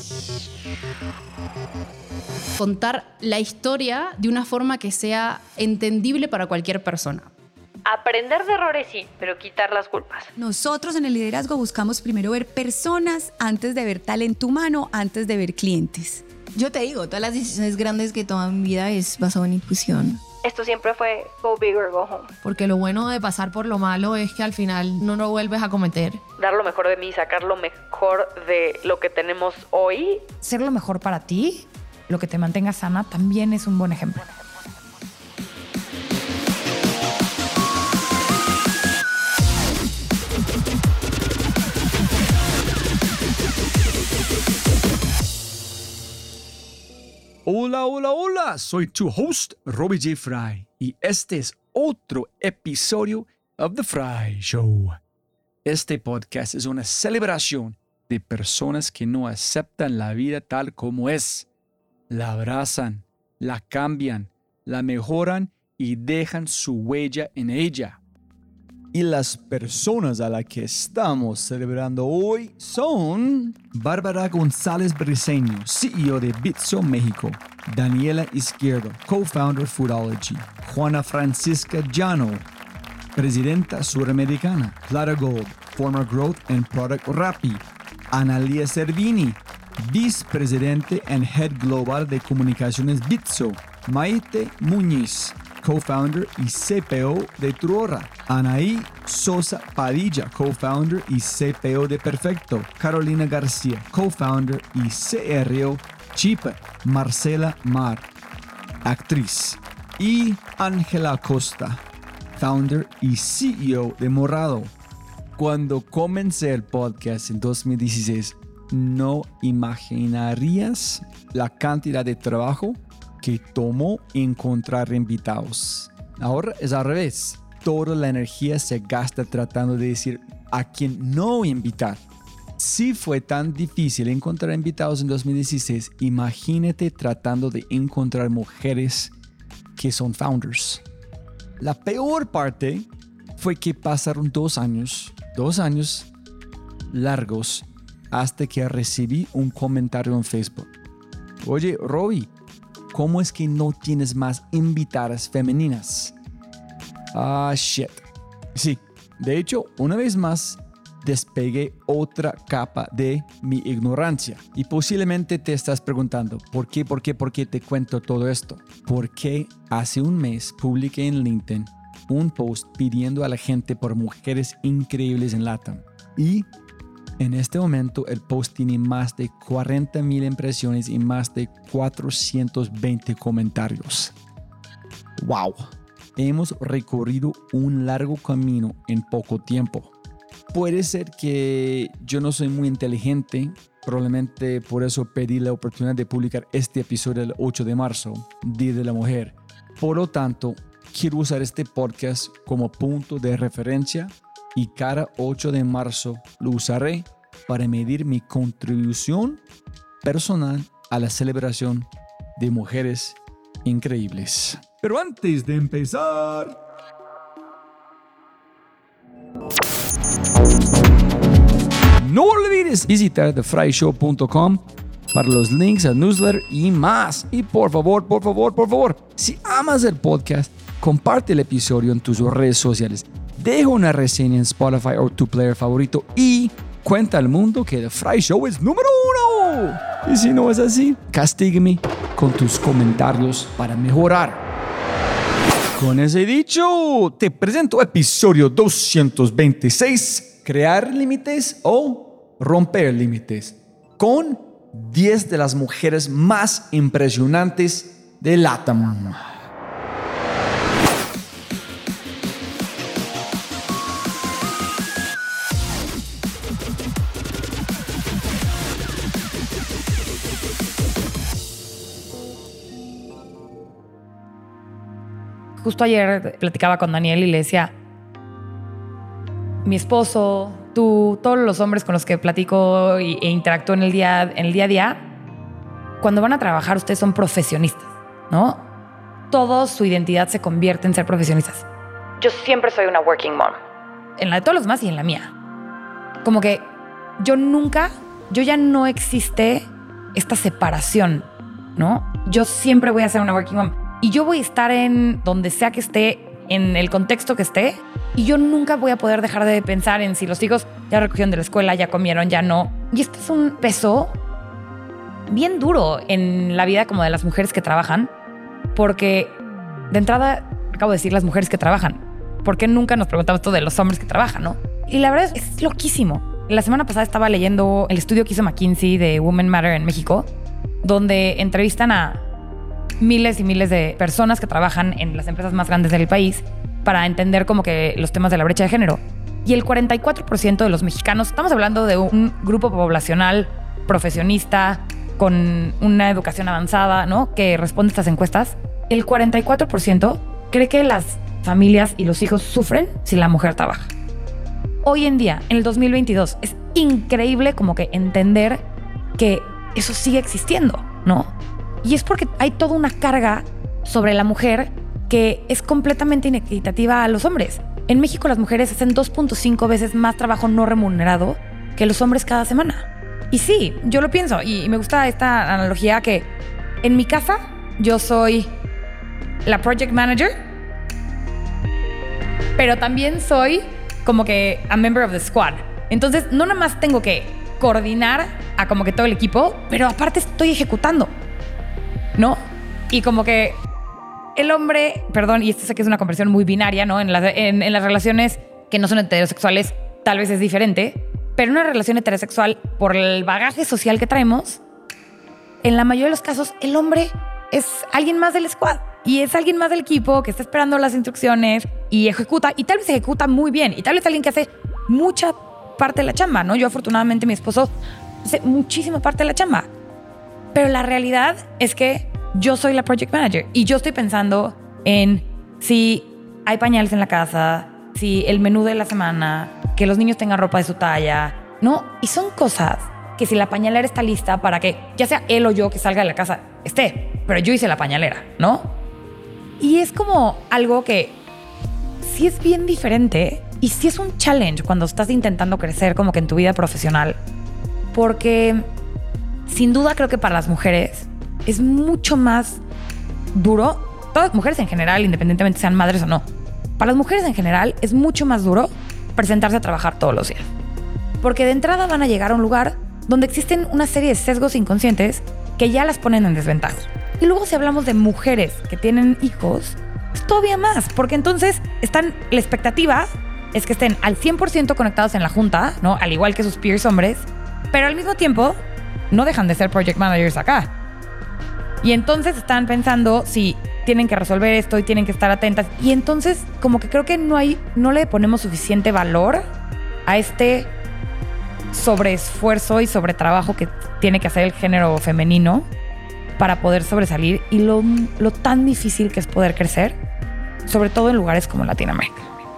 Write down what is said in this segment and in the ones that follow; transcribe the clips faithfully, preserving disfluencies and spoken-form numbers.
Contar la historia de una forma que sea entendible para cualquier persona. Aprender de errores sí, pero quitar las culpas. Nosotros en el liderazgo buscamos primero ver personas antes de ver talento humano, antes de ver clientes. Yo te digo, todas las decisiones grandes que tomo en mi vida es basado en intuición. Esto siempre fue go big or go home. Porque lo bueno de pasar por lo malo es que al final no lo vuelves a cometer. Dar lo mejor de mí, sacar lo mejor de lo que tenemos hoy. Ser lo mejor para ti, lo que te mantenga sana, también es un buen ejemplo. Hola, hola, hola, soy tu host, Robbie J. Fry, y este es otro episodio of The Fry Show. Este podcast es una celebración de personas que no aceptan la vida tal como es. La abrazan, la cambian, la mejoran y dejan su huella en ella. Y las personas a las que estamos celebrando hoy son Bárbara González Briceño, C E O de Bitso México; Daniela Izquierdo, Co-Founder Foodology; Juana Francisca Llano, Presidenta Suramericana; Clara Gold, Former Growth and Product Rappi; Analia Servini, Vicepresidente and Head Global de Comunicaciones Bitso; Maite Muñiz, Co-Founder y C P O de Truora; Anaí Sosa Padilla, Co-Founder y C P O de Perfecto; Carolina García, Co-Founder y C R O Chipa; Marcela Mar, actriz; y Ángela Costa, Founder y C E O de Morado. Cuando comencé el podcast en dos mil dieciséis, no imaginarías la cantidad de trabajo que tomó encontrar invitados. Ahora es al revés. Toda la energía se gasta tratando de decir a quién no invitar. Si fue tan difícil encontrar invitados en dos mil dieciséis, imagínate tratando de encontrar mujeres que son founders. La peor parte fue que pasaron dos años, dos años largos hasta que recibí un comentario en Facebook. Oye, Robbie, ¿cómo es que no tienes más invitadas femeninas? Ah, shit. Sí, de hecho, una vez más, despegué otra capa de mi ignorancia. Y posiblemente te estás preguntando, ¿por qué, por qué, por qué te cuento todo esto? Porque hace un mes publiqué en LinkedIn un post pidiendo a la gente por mujeres increíbles en LATAM. Y en este momento el post tiene más de cuarenta mil impresiones y más de cuatrocientos veinte comentarios. ¡Wow! Hemos recorrido un largo camino en poco tiempo. Puede ser que yo no soy muy inteligente, probablemente por eso pedí la oportunidad de publicar este episodio el ocho de marzo, Día de la Mujer. Por lo tanto, quiero usar este podcast como punto de referencia y cada ocho de marzo lo usaré para medir mi contribución personal a la celebración de mujeres increíbles. Pero antes de empezar, no olvides visitar the fry show punto com para los links al newsletter y más. Y por favor, por favor, por favor, si amas el podcast, comparte el episodio en tus redes sociales. Deja una reseña en Spotify o tu player favorito y cuenta al mundo que The Fry Show es número uno. Y si no es así, castígame con tus comentarios para mejorar. Con ese dicho, te presento episodio doscientos veintiséis, crear límites o romper límites, con diez de las mujeres más impresionantes de LATAM. Justo ayer platicaba con Daniel y le decía, mi esposo, tú, todos los hombres con los que platico e interactúo en el día, en el día a día, cuando van a trabajar ustedes son profesionistas, ¿no? Toda su identidad se convierte en ser profesionistas. Yo siempre soy una working mom. En la de todos los demás y en la mía. Como que yo nunca, yo ya no existe esta separación, ¿no? Yo siempre voy a ser una working mom y yo voy a estar en donde sea que esté, en el contexto que esté, y yo nunca voy a poder dejar de pensar en si los hijos ya recogieron de la escuela, ya comieron, ya no. Y esto es un peso bien duro en la vida como de las mujeres que trabajan, porque de entrada acabo de decir las mujeres que trabajan. ¿Por qué nunca nos preguntamos esto de los hombres que trabajan, no? Y la verdad es, es loquísimo. La semana pasada estaba leyendo el estudio que hizo McKinsey de Women Matter en México, donde entrevistan a miles y miles de personas que trabajan en las empresas más grandes del país para entender como que los temas de la brecha de género. Y el cuarenta y cuatro por ciento de los mexicanos, estamos hablando de un grupo poblacional profesionista con una educación avanzada, ¿no?, que responde a estas encuestas, el cuarenta y cuatro por ciento cree que las familias y los hijos sufren si la mujer trabaja. Hoy en día, en el dos mil veintidós, es increíble como que entender que eso sigue existiendo, ¿no? Y es porque hay toda una carga sobre la mujer que es completamente inequitativa a los hombres. En México las mujeres hacen dos punto cinco veces más trabajo no remunerado que los hombres cada semana. Y sí, yo lo pienso y me gusta esta analogía que en mi casa yo soy la project manager, pero también soy como que a member of the squad. Entonces no nada más tengo que coordinar a como que todo el equipo, pero aparte estoy ejecutando, ¿no? Y como que el hombre, perdón, y esto sé que es una conversión muy binaria, ¿no? En, la, en, en las relaciones que no son heterosexuales tal vez es diferente, pero una relación heterosexual, por el bagaje social que traemos, en la mayoría de los casos el hombre es alguien más del squad y es alguien más del equipo que está esperando las instrucciones y ejecuta, y tal vez ejecuta muy bien, y tal vez alguien que hace mucha parte de la chamba, ¿no? Yo afortunadamente mi esposo hace muchísima parte de la chamba, pero la realidad es que yo soy la project manager y yo estoy pensando en si hay pañales en la casa, si el menú de la semana, que los niños tengan ropa de su talla, ¿no? Y son cosas que si la pañalera está lista para que ya sea él o yo que salga de la casa esté, pero yo hice la pañalera, ¿no? Y es como algo que sí es bien diferente y sí es un challenge cuando estás intentando crecer como que en tu vida profesional, porque sin duda creo que para las mujeres es mucho más duro, todas las mujeres en general, independientemente sean madres o no, para las mujeres en general es mucho más duro presentarse a trabajar todos los días, porque de entrada van a llegar a un lugar donde existen una serie de sesgos inconscientes que ya las ponen en desventaja. Y luego si hablamos de mujeres que tienen hijos, es todavía más, porque entonces están, la expectativa es que estén al cien por ciento conectados en la junta, ¿no? Al igual que sus peers hombres, pero al mismo tiempo no dejan de ser project managers acá. Y entonces están pensando si tienen que resolver esto y tienen que estar atentas. Y entonces como que creo que no hay, no le ponemos suficiente valor a este sobreesfuerzo y sobretrabajo que tiene que hacer el género femenino para poder sobresalir, y lo, lo tan difícil que es poder crecer, sobre todo en lugares como Latinoamérica.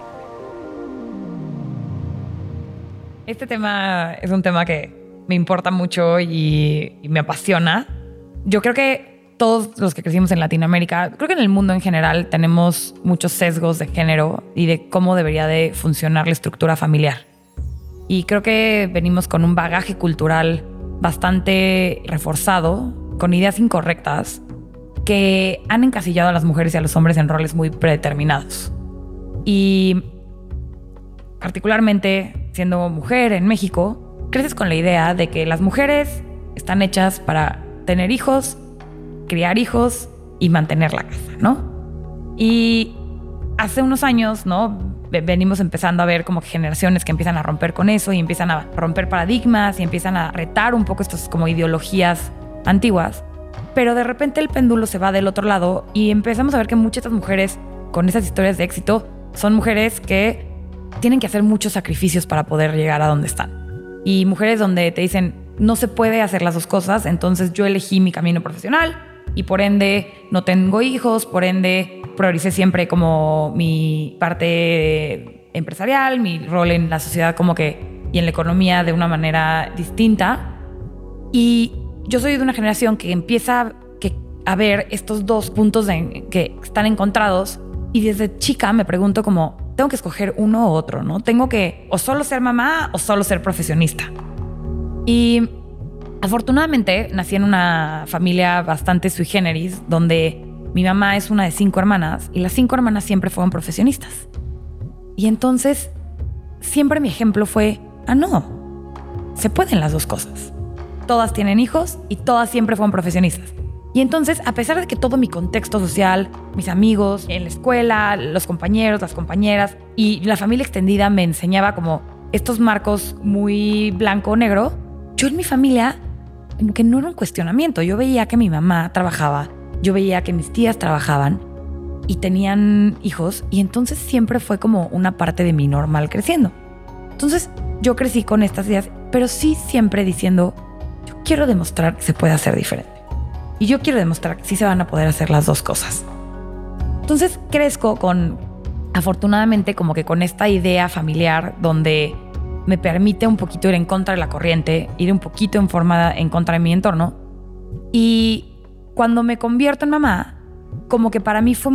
Este tema es un tema que me importa mucho y, y me apasiona. Yo creo que todos los que crecimos en Latinoamérica, creo que en el mundo en general, tenemos muchos sesgos de género y de cómo debería de funcionar la estructura familiar. Y creo que venimos con un bagaje cultural bastante reforzado, con ideas incorrectas que han encasillado a las mujeres y a los hombres en roles muy predeterminados. Y particularmente siendo mujer en México, creces con la idea de que las mujeres están hechas para tener hijos, criar hijos y mantener la casa, ¿no? Y hace unos años, ¿no?, venimos empezando a ver como generaciones que empiezan a romper con eso y empiezan a romper paradigmas y empiezan a retar un poco estas como ideologías antiguas, pero de repente el péndulo se va del otro lado y empezamos a ver que muchas de estas mujeres con esas historias de éxito son mujeres que tienen que hacer muchos sacrificios para poder llegar a donde están, y mujeres donde te dicen no se puede hacer las dos cosas, entonces yo elegí mi camino profesional y por ende no tengo hijos, por ende prioricé siempre como mi parte empresarial, mi rol en la sociedad como que y en la economía de una manera distinta. Y yo soy de una generación que empieza que, a ver estos dos puntos de, que están encontrados, y desde chica me pregunto como, tengo que escoger uno u otro, ¿no? Tengo que o solo ser mamá o solo ser profesionista. Y Afortunadamente, nací en una familia bastante sui generis, donde mi mamá es una de cinco hermanas y las cinco hermanas siempre fueron profesionistas. Y entonces, siempre mi ejemplo fue, ah, no, se pueden las dos cosas. Todas tienen hijos y todas siempre fueron profesionistas. Y entonces, a pesar de que todo mi contexto social, mis amigos, en la escuela, los compañeros, las compañeras y la familia extendida me enseñaba como estos marcos muy blanco o negro, yo en mi familia, que no era un cuestionamiento. Yo veía que mi mamá trabajaba, yo veía que mis tías trabajaban y tenían hijos, y entonces siempre fue como una parte de mi normal creciendo. Entonces, yo crecí con estas ideas, pero sí siempre diciendo, yo quiero demostrar que se puede hacer diferente. Y yo quiero demostrar que sí se van a poder hacer las dos cosas. Entonces crezco con, afortunadamente, como que con esta idea familiar donde me permite un poquito ir en contra de la corriente, ir un poquito en forma en contra de mi entorno. Y cuando me convierto en mamá, como que para mí fue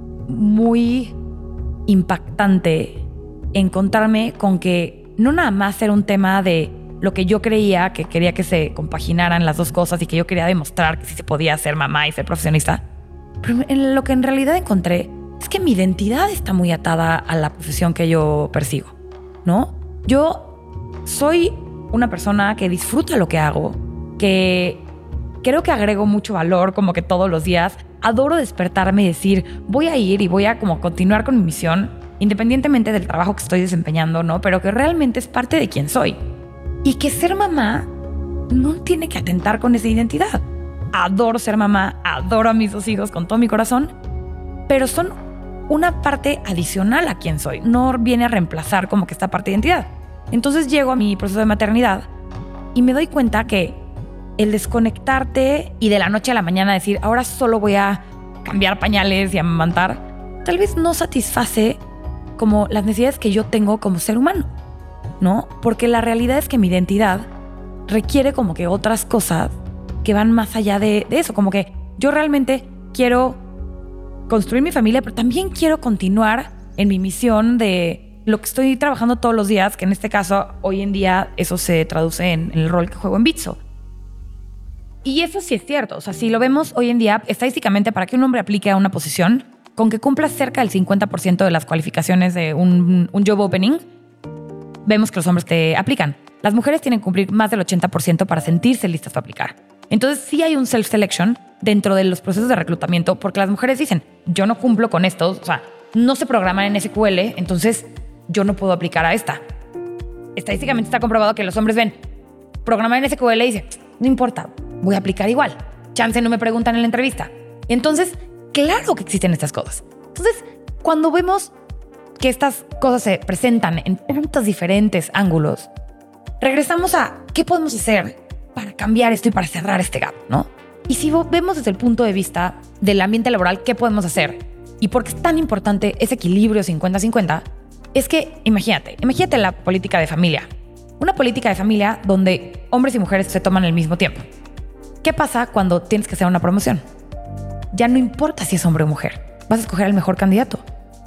muy impactante encontrarme con que no nada más era un tema de lo que yo creía, que quería que se compaginaran las dos cosas y que yo quería demostrar que sí se podía ser mamá y ser profesionista. Pero en lo que en realidad encontré es que mi identidad está muy atada a la profesión que yo persigo, ¿no? Yo soy una persona que disfruta lo que hago, que creo que agrego mucho valor como que todos los días. Adoro despertarme y decir, voy a ir y voy a como continuar con mi misión, independientemente del trabajo que estoy desempeñando, ¿no? Pero que realmente es parte de quien soy. Y que ser mamá no tiene que atentar con esa identidad. Adoro ser mamá, adoro a mis dos hijos con todo mi corazón, pero son una parte adicional a quien soy. No viene a reemplazar como que esta parte de identidad. Entonces llego a mi proceso de maternidad y me doy cuenta que el desconectarte y de la noche a la mañana decir, ahora solo voy a cambiar pañales y amamantar, tal vez no satisface como las necesidades que yo tengo como ser humano, ¿no? Porque la realidad es que mi identidad requiere como que otras cosas que van más allá de, de eso. Como que yo realmente quiero construir mi familia, pero también quiero continuar en mi misión de lo que estoy trabajando todos los días, que en este caso, hoy en día, eso se traduce en, en el rol que juego en Bitso. Y eso sí es cierto. O sea, si lo vemos hoy en día, estadísticamente, para que un hombre aplique a una posición, con que cumpla cerca del cincuenta por ciento de las cualificaciones de un, un job opening, vemos que los hombres te aplican. Las mujeres tienen que cumplir más del ochenta por ciento para sentirse listas para aplicar. Entonces sí hay un self-selection dentro de los procesos de reclutamiento, porque las mujeres dicen, yo no cumplo con esto, o sea, no se programan en S Q L, entonces yo no puedo aplicar a esta. Estadísticamente está comprobado que los hombres ven programar en S Q L y dicen, no importa, voy a aplicar igual. Chance no me preguntan en la entrevista. Entonces, claro que existen estas cosas. Entonces, cuando vemos que estas cosas se presentan en tantos diferentes ángulos, regresamos a qué podemos hacer para cambiar esto y para cerrar este gap, ¿no? Y si vemos desde el punto de vista del ambiente laboral, ¿qué podemos hacer? Y por qué es tan importante ese equilibrio cincuenta cincuenta, es que, imagínate, imagínate la política de familia. Una política de familia donde hombres y mujeres se toman el mismo tiempo. ¿Qué pasa cuando tienes que hacer una promoción? Ya no importa si es hombre o mujer. Vas a escoger al mejor candidato.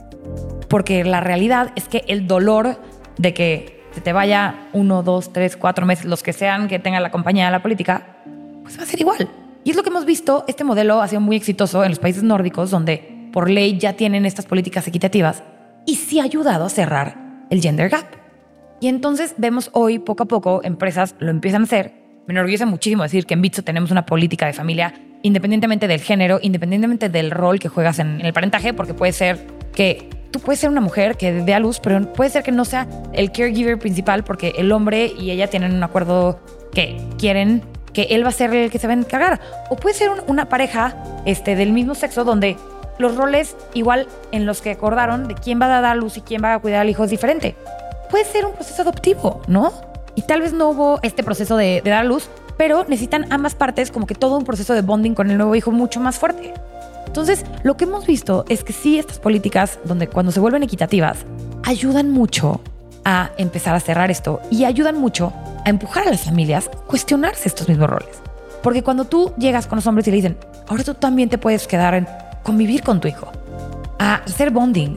Porque la realidad es que el dolor de que se te vaya uno, dos, tres, cuatro meses, los que sean que tenga la compañía de la política, pues va a ser igual. Y es lo que hemos visto. Este modelo ha sido muy exitoso en los países nórdicos, donde por ley ya tienen estas políticas equitativas y sí ha ayudado a cerrar el gender gap. Y entonces vemos hoy, poco a poco, empresas lo empiezan a hacer. Me enorgullece muchísimo decir que en Bitso tenemos una política de familia independientemente del género, independientemente del rol que juegas en, en el parentaje, porque puede ser que tú puedes ser una mujer que dé a luz, pero puede ser que no sea el caregiver principal porque el hombre y ella tienen un acuerdo que quieren que él va a ser el que se va a encargar. O puede ser un, una pareja este, del mismo sexo donde los roles igual en los que acordaron de quién va a dar a luz y quién va a cuidar al hijo es diferente. Puede ser un proceso adoptivo, ¿no? Y tal vez no hubo este proceso de, de dar a luz, pero necesitan ambas partes como que todo un proceso de bonding con el nuevo hijo mucho más fuerte. Entonces, lo que hemos visto es que sí, estas políticas, donde cuando se vuelven equitativas, ayudan mucho a empezar a cerrar esto y ayudan mucho a empujar a las familias a cuestionarse estos mismos roles. Porque cuando tú llegas con los hombres y le dicen, ahora tú también te puedes quedar en convivir con tu hijo, a hacer bonding,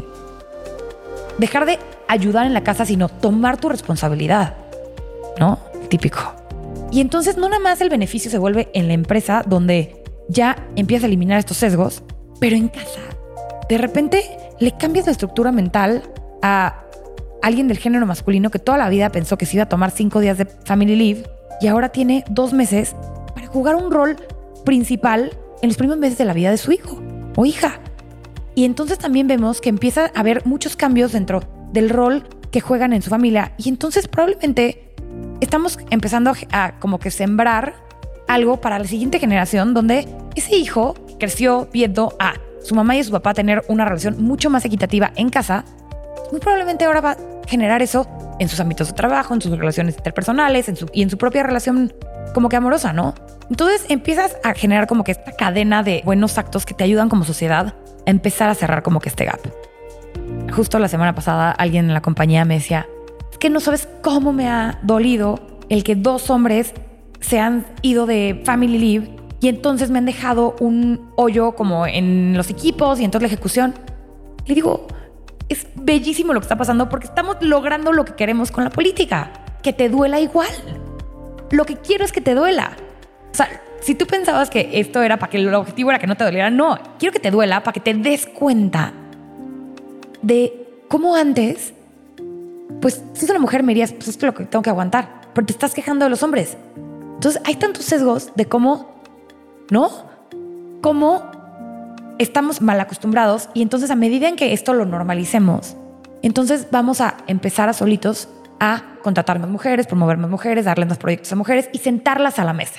dejar de ayudar en la casa, sino tomar tu responsabilidad, ¿no? Típico. Y entonces no nada más el beneficio se vuelve en la empresa donde ya empiezas a eliminar estos sesgos, pero en casa, de repente le cambias la estructura mental a alguien del género masculino que toda la vida pensó que se iba a tomar cinco días de family leave y ahora tiene dos meses para jugar un rol principal en los primeros meses de la vida de su hijo o hija. Y entonces también vemos que empieza a haber muchos cambios dentro del rol que juegan en su familia. Y entonces probablemente estamos empezando a, a como que sembrar algo para la siguiente generación donde ese hijo creció viendo a su mamá y a su papá tener una relación mucho más equitativa en casa. Muy probablemente ahora va a generar eso en sus ámbitos de trabajo, en sus relaciones interpersonales en su, y en su propia relación como que amorosa, ¿no? Entonces empiezas a generar como que esta cadena de buenos actos que te ayudan como sociedad a empezar a cerrar como que este gap. Justo la semana pasada alguien en la compañía me decía, es que no sabes cómo me ha dolido el que dos hombres se han ido de family leave y entonces me han dejado un hoyo como en los equipos y en toda la ejecución. Le digo, es bellísimo lo que está pasando porque estamos logrando lo que queremos con la política, que te duela igual. Lo que quiero es que te duela. O sea, si tú pensabas que esto era para que el objetivo era que no te doliera, no, quiero que te duela para que te des cuenta de cómo antes, pues si es una mujer me dirías, pues esto es lo que tengo que aguantar, pero te estás quejando de los hombres. Entonces hay tantos sesgos de cómo, ¿no? Cómo estamos mal acostumbrados y entonces a medida en que esto lo normalicemos, entonces vamos a empezar a solitos a contratar más mujeres, promover más mujeres, darle más proyectos a mujeres y sentarlas a la mesa.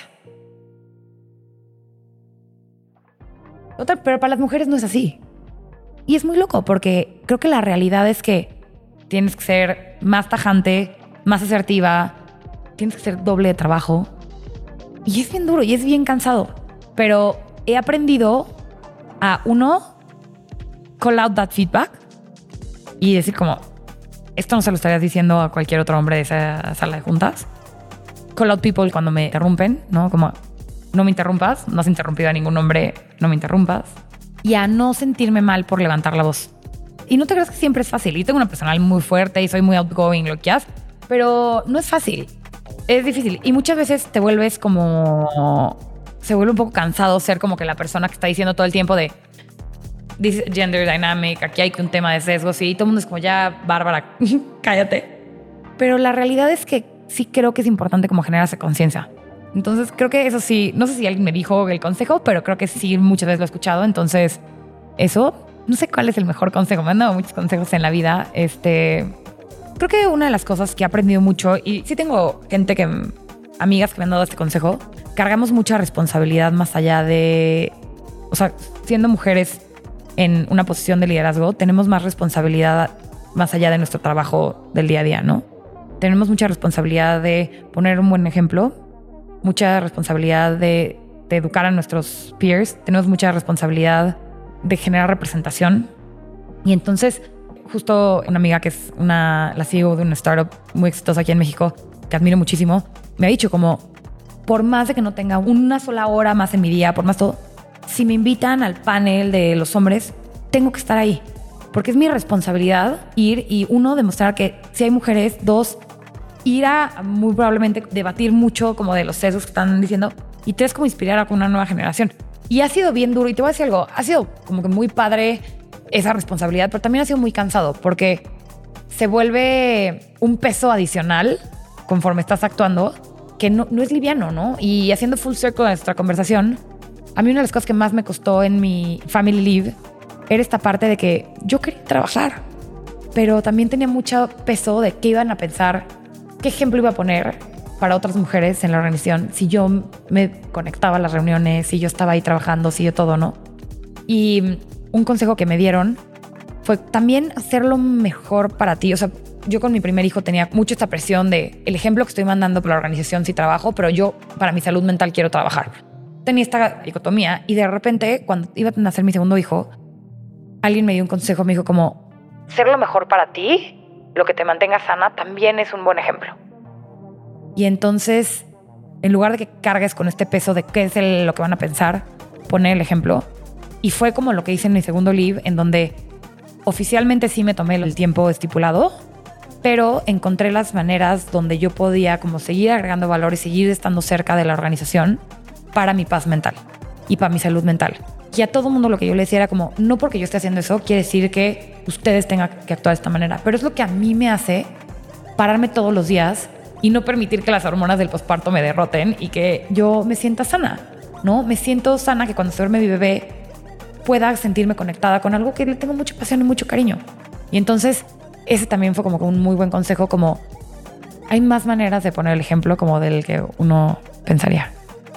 Otra, pero para las mujeres no es así. Y es muy loco porque creo que la realidad es que tienes que ser más tajante, más asertiva, tienes que hacer doble de trabajo. Y es bien duro y es bien cansado. Pero he aprendido a, uno, call out that feedback y decir como, esto no se lo estarías diciendo a cualquier otro hombre de esa sala de juntas. Call out people cuando me interrumpen, ¿no? Como, no me interrumpas, no has interrumpido a ningún hombre, no me interrumpas. Y a no sentirme mal por levantar la voz. Y no te creas que siempre es fácil. Yo tengo una personalidad muy fuerte y soy muy outgoing, lo que hagas, pero no es fácil. Es difícil. Y muchas veces te vuelves como... Se vuelve un poco cansado ser como que la persona que está diciendo todo el tiempo de this gender dynamic, aquí hay que un tema de sesgos y todo el mundo es como ya, Bárbara, cállate. Pero la realidad es que sí creo que es importante como generar esa conciencia. Entonces creo que eso sí, no sé si alguien me dijo el consejo, pero creo que sí muchas veces lo he escuchado. Entonces eso, no sé cuál es el mejor consejo. Me han dado muchos consejos en la vida. Este, creo que una de las cosas que he aprendido mucho, y sí tengo gente que, amigas que me han dado este consejo, cargamos mucha responsabilidad más allá de, o sea, siendo mujeres en una posición de liderazgo, tenemos más responsabilidad más allá de nuestro trabajo del día a día, ¿no? Tenemos mucha responsabilidad de poner un buen ejemplo, mucha responsabilidad de, de educar a nuestros peers, tenemos mucha responsabilidad de generar representación. Y entonces, justo una amiga que es una, la C E O de una startup muy exitosa aquí en México, que admiro muchísimo, me ha dicho como, por más de que no tenga una sola hora más en mi día, por más todo, si me invitan al panel de los hombres, tengo que estar ahí. Porque es mi responsabilidad ir y, uno, demostrar que si hay mujeres, dos, ir a muy probablemente debatir mucho como de los sesgos que están diciendo, y tres, como inspirar a una nueva generación. Y ha sido bien duro, y te voy a decir algo, ha sido como que muy padre esa responsabilidad, pero también ha sido muy cansado porque se vuelve un peso adicional conforme estás actuando que no, no es liviano, ¿no? Y haciendo full circle de nuestra conversación, a mí una de las cosas que más me costó en mi family leave era esta parte de que yo quería trabajar, pero también tenía mucho peso de qué iban a pensar, qué ejemplo iba a poner para otras mujeres en la organización si yo me conectaba a las reuniones, si yo estaba ahí trabajando, si yo todo, ¿no? Y un consejo que me dieron fue también hacerlo mejor para ti. O sea, yo con mi primer hijo tenía mucho esta presión de el ejemplo que estoy mandando por la organización si trabajo, pero yo para mi salud mental quiero trabajar. Tenía esta dicotomía y de repente cuando iba a nacer mi segundo hijo, alguien me dio un consejo, me dijo como, ser lo mejor para ti, lo que te mantenga sana, también es un buen ejemplo. Y entonces, en lugar de que cargues con este peso de qué es el, lo que van a pensar, poner el ejemplo. Y fue como lo que hice en mi segundo leave, en donde oficialmente sí me tomé el tiempo estipulado, pero encontré las maneras donde yo podía como seguir agregando valor y seguir estando cerca de la organización para mi paz mental y para mi salud mental. Y a todo mundo lo que yo le decía era como, no porque yo esté haciendo eso quiere decir que ustedes tengan que actuar de esta manera, pero es lo que a mí me hace pararme todos los días y no permitir que las hormonas del posparto me derroten y que yo me sienta sana, ¿no? Me siento sana, que cuando se duerme mi bebé pueda sentirme conectada con algo que le tengo mucha pasión y mucho cariño. Y entonces ese también fue como un muy buen consejo, como hay más maneras de poner el ejemplo como del que uno pensaría.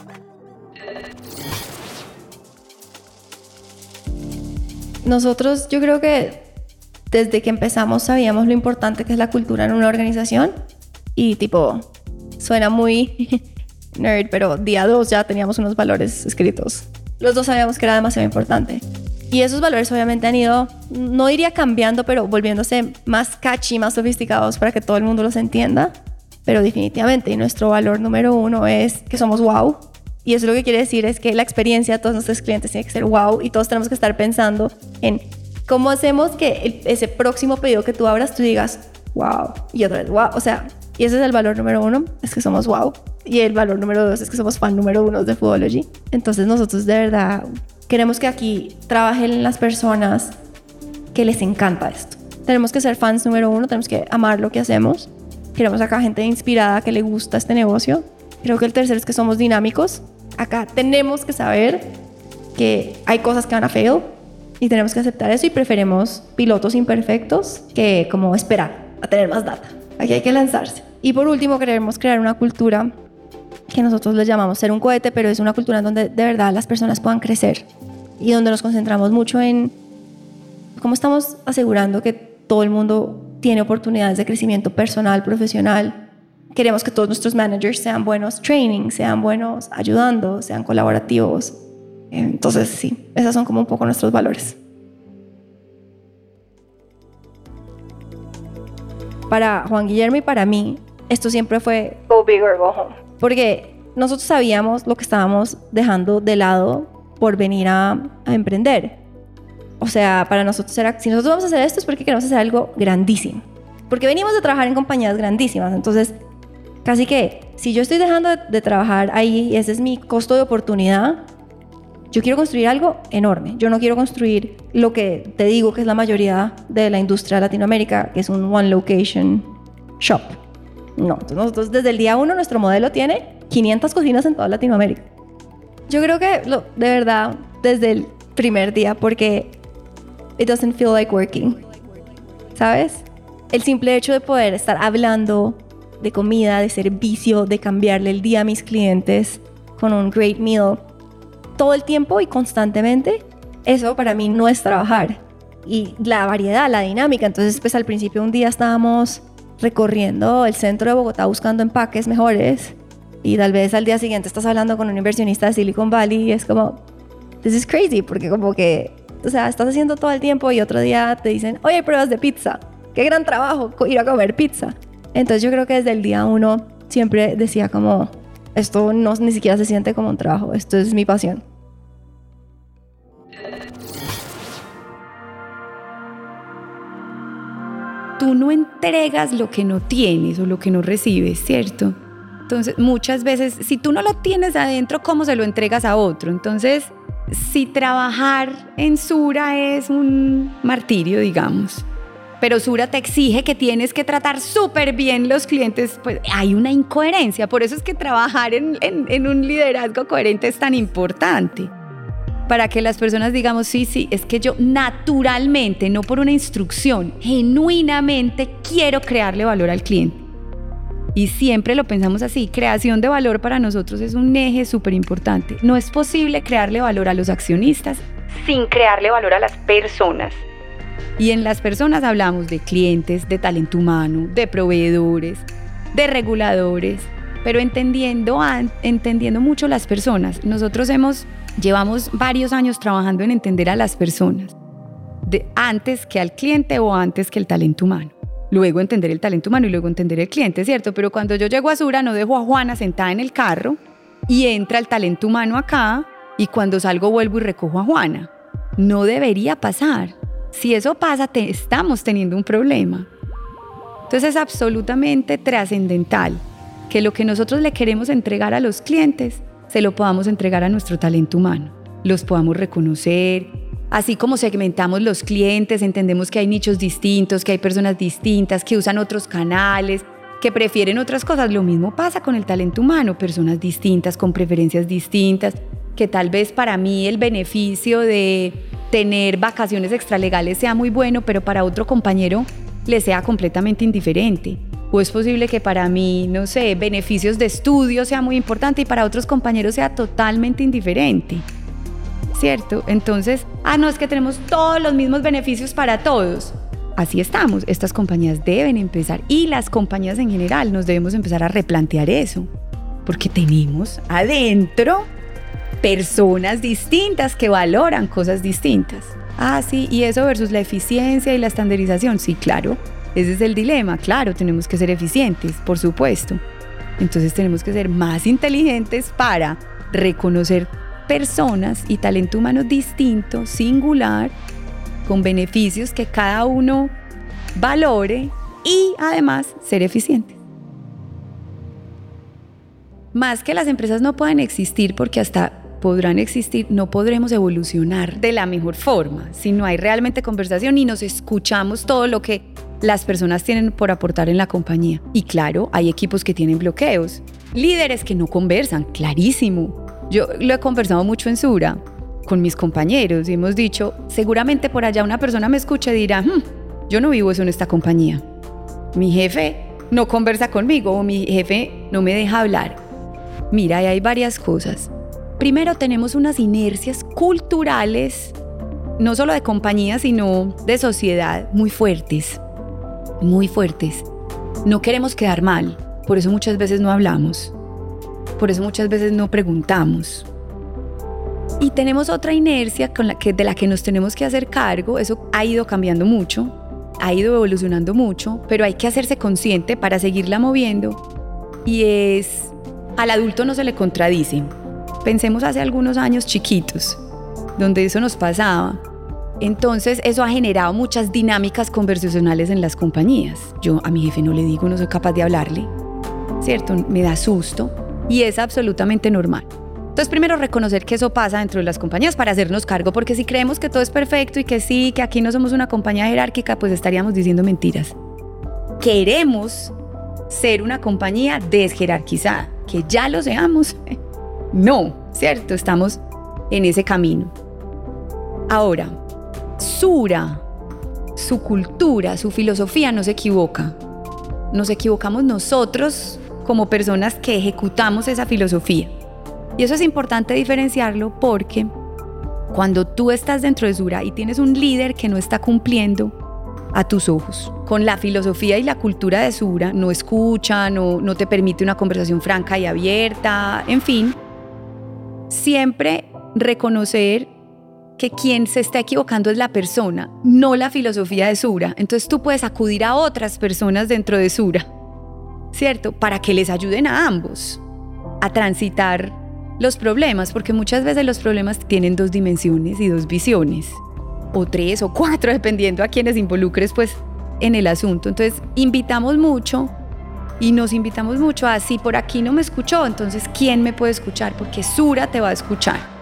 Nosotros, yo creo que desde que empezamos sabíamos lo importante que es la cultura en una organización y tipo, suena muy nerd, pero día dos ya teníamos unos valores escritos. Los dos sabíamos que era demasiado importante. Y esos valores obviamente han ido, no diría cambiando, pero volviéndose más catchy, más sofisticados para que todo el mundo los entienda. Pero definitivamente, y nuestro valor número uno es que somos wow. Y eso lo que quiere decir es que la experiencia de todos nuestros clientes tiene que ser wow y todos tenemos que estar pensando en cómo hacemos que el, ese próximo pedido que tú abras tú digas wow y otra vez wow. O sea, y ese es el valor número uno, es que somos wow. Y el valor número dos es que somos fan número uno de Foodology. Entonces nosotros de verdad queremos que aquí trabajen las personas que les encanta esto. Tenemos que ser fans número uno, tenemos que amar lo que hacemos. Queremos acá gente inspirada que le gusta este negocio. Creo que el tercero es que somos dinámicos. Acá tenemos que saber que hay cosas que van a fail y tenemos que aceptar eso y preferimos pilotos imperfectos que como esperar a tener más data. Aquí hay que lanzarse. Y por último queremos crear una cultura que nosotros les llamamos ser un cohete, pero es una cultura en donde de verdad las personas puedan crecer y donde nos concentramos mucho en cómo estamos asegurando que todo el mundo tiene oportunidades de crecimiento personal, profesional. Queremos que todos nuestros managers sean buenos training, sean buenos ayudando, sean colaborativos. Entonces, sí, esos son como un poco nuestros valores. Para Juan Guillermo y para mí, esto siempre fue go big or go home. Porque nosotros sabíamos lo que estábamos dejando de lado por venir a, a emprender. O sea, para nosotros era, si nosotros vamos a hacer esto es porque queremos hacer algo grandísimo. Porque venimos de trabajar en compañías grandísimas. Entonces, casi que si yo estoy dejando de, de trabajar ahí y ese es mi costo de oportunidad, yo quiero construir algo enorme. Yo no quiero construir lo que te digo que es la mayoría de la industria de Latinoamérica, que es un one location shop. No, entonces nosotros desde el día uno nuestro modelo tiene quinientas cocinas en toda Latinoamérica. Yo creo que lo, de verdad desde el primer día, porque it doesn't feel like working, ¿sabes? El simple hecho de poder estar hablando de comida, de servicio, de cambiarle el día a mis clientes con un great meal todo el tiempo y constantemente, eso para mí no es trabajar. Y la variedad, la dinámica. Entonces, pues al principio un día estábamos recorriendo el centro de Bogotá buscando empaques mejores y tal vez al día siguiente estás hablando con un inversionista de Silicon Valley y es como, this is crazy, porque como que, o sea, estás haciendo todo el tiempo y otro día te dicen, oye, hay pruebas de pizza. Qué gran trabajo ir a comer pizza. Entonces yo creo que desde el día uno siempre decía como, esto no ni siquiera se siente como un trabajo, esto es mi pasión. Tú no entregas lo que no tienes o lo que no recibes, ¿cierto? Entonces, muchas veces, si tú no lo tienes adentro, ¿cómo se lo entregas a otro? Entonces, si trabajar en Sura es un martirio, digamos, pero Sura te exige que tienes que tratar súper bien los clientes, pues hay una incoherencia. Por eso es que trabajar en, en, en un liderazgo coherente es tan importante. Para que las personas digamos, sí, sí, es que yo naturalmente, no por una instrucción, genuinamente quiero crearle valor al cliente. Y siempre lo pensamos así, creación de valor para nosotros es un eje súper importante. No es posible crearle valor a los accionistas sin crearle valor a las personas. Y en las personas hablamos de clientes, de talento humano, de proveedores, de reguladores, pero entendiendo, entendiendo mucho las personas. Nosotros hemos... Llevamos varios años trabajando en entender a las personas, de antes que al cliente o antes que el talento humano. Luego entender el talento humano y luego entender el cliente, ¿cierto? Pero cuando yo llego a Sura no dejo a Juana sentada en el carro y entra el talento humano acá y cuando salgo vuelvo y recojo a Juana. No debería pasar. Si eso pasa, te, estamos teniendo un problema. Entonces es absolutamente trascendental que lo que nosotros le queremos entregar a los clientes se lo podamos entregar a nuestro talento humano, los podamos reconocer. Así como segmentamos los clientes, entendemos que hay nichos distintos, que hay personas distintas, que usan otros canales, que prefieren otras cosas. Lo mismo pasa con el talento humano, personas distintas, con preferencias distintas, que tal vez para mí el beneficio de tener vacaciones extralegales sea muy bueno, pero para otro compañero le sea completamente indiferente. O es posible que para mí, no sé, beneficios de estudio sea muy importante y para otros compañeros sea totalmente indiferente, ¿cierto? Entonces, ah, no, es que tenemos todos los mismos beneficios para todos. Así estamos. Estas compañías deben empezar, y las compañías en general nos debemos empezar a replantear eso, porque tenemos adentro personas distintas que valoran cosas distintas. Ah, sí, y eso versus la eficiencia y la estandarización. Sí, claro. Ese es el dilema, claro, tenemos que ser eficientes, por supuesto. Entonces tenemos que ser más inteligentes para reconocer personas y talento humano distinto, singular, con beneficios que cada uno valore y además ser eficientes. Más que las empresas no puedan existir, porque hasta podrán existir, no podremos evolucionar de la mejor forma si no hay realmente conversación y nos escuchamos todo lo que las personas tienen por aportar en la compañía. Y claro, hay equipos que tienen bloqueos, líderes que no conversan, clarísimo. Yo lo he conversado mucho en Sura con mis compañeros y hemos dicho, seguramente por allá una persona me escucha y dirá, hm, yo no vivo eso en esta compañía. Mi jefe no conversa conmigo o mi jefe no me deja hablar. Mira, ahí hay varias cosas. Primero, tenemos unas inercias culturales, no solo de compañía, sino de sociedad, muy fuertes. Muy fuertes. No queremos quedar mal, por eso muchas veces no hablamos, por eso muchas veces no preguntamos. Y tenemos otra inercia con la que, de la que nos tenemos que hacer cargo. Eso ha ido cambiando mucho, ha ido evolucionando mucho, pero hay que hacerse consciente para seguirla moviendo. Y es, al adulto no se le contradice. Pensemos hace algunos años chiquitos, donde eso nos pasaba. Entonces eso ha generado muchas dinámicas conversacionales en las compañías. Yo a mi jefe no le digo, no soy capaz de hablarle, ¿cierto? Me da susto y es absolutamente normal. Entonces primero reconocer que eso pasa dentro de las compañías para hacernos cargo, porque si creemos que todo es perfecto y que sí, que aquí no somos una compañía jerárquica, pues estaríamos diciendo mentiras. Queremos ser una compañía desjerarquizada, que ya lo seamos. No, ¿cierto? Estamos en ese camino. Ahora, Sura, su cultura, su filosofía no se equivoca. Nos equivocamos nosotros como personas que ejecutamos esa filosofía. Y eso es importante diferenciarlo, porque cuando tú estás dentro de Sura y tienes un líder que no está cumpliendo a tus ojos con la filosofía y la cultura de Sura, no escucha, no, no te permite una conversación franca y abierta, en fin, siempre reconocer que quien se está equivocando es la persona, no la filosofía de Sura. Entonces tú puedes acudir a otras personas dentro de Sura, ¿cierto? Para que les ayuden a ambos a transitar los problemas, porque muchas veces los problemas tienen dos dimensiones y dos visiones, o tres o cuatro, dependiendo a quienes involucres pues en el asunto. Entonces invitamos mucho y nos invitamos mucho a, si por aquí no me escuchó, entonces ¿quién me puede escuchar? Porque Sura te va a escuchar.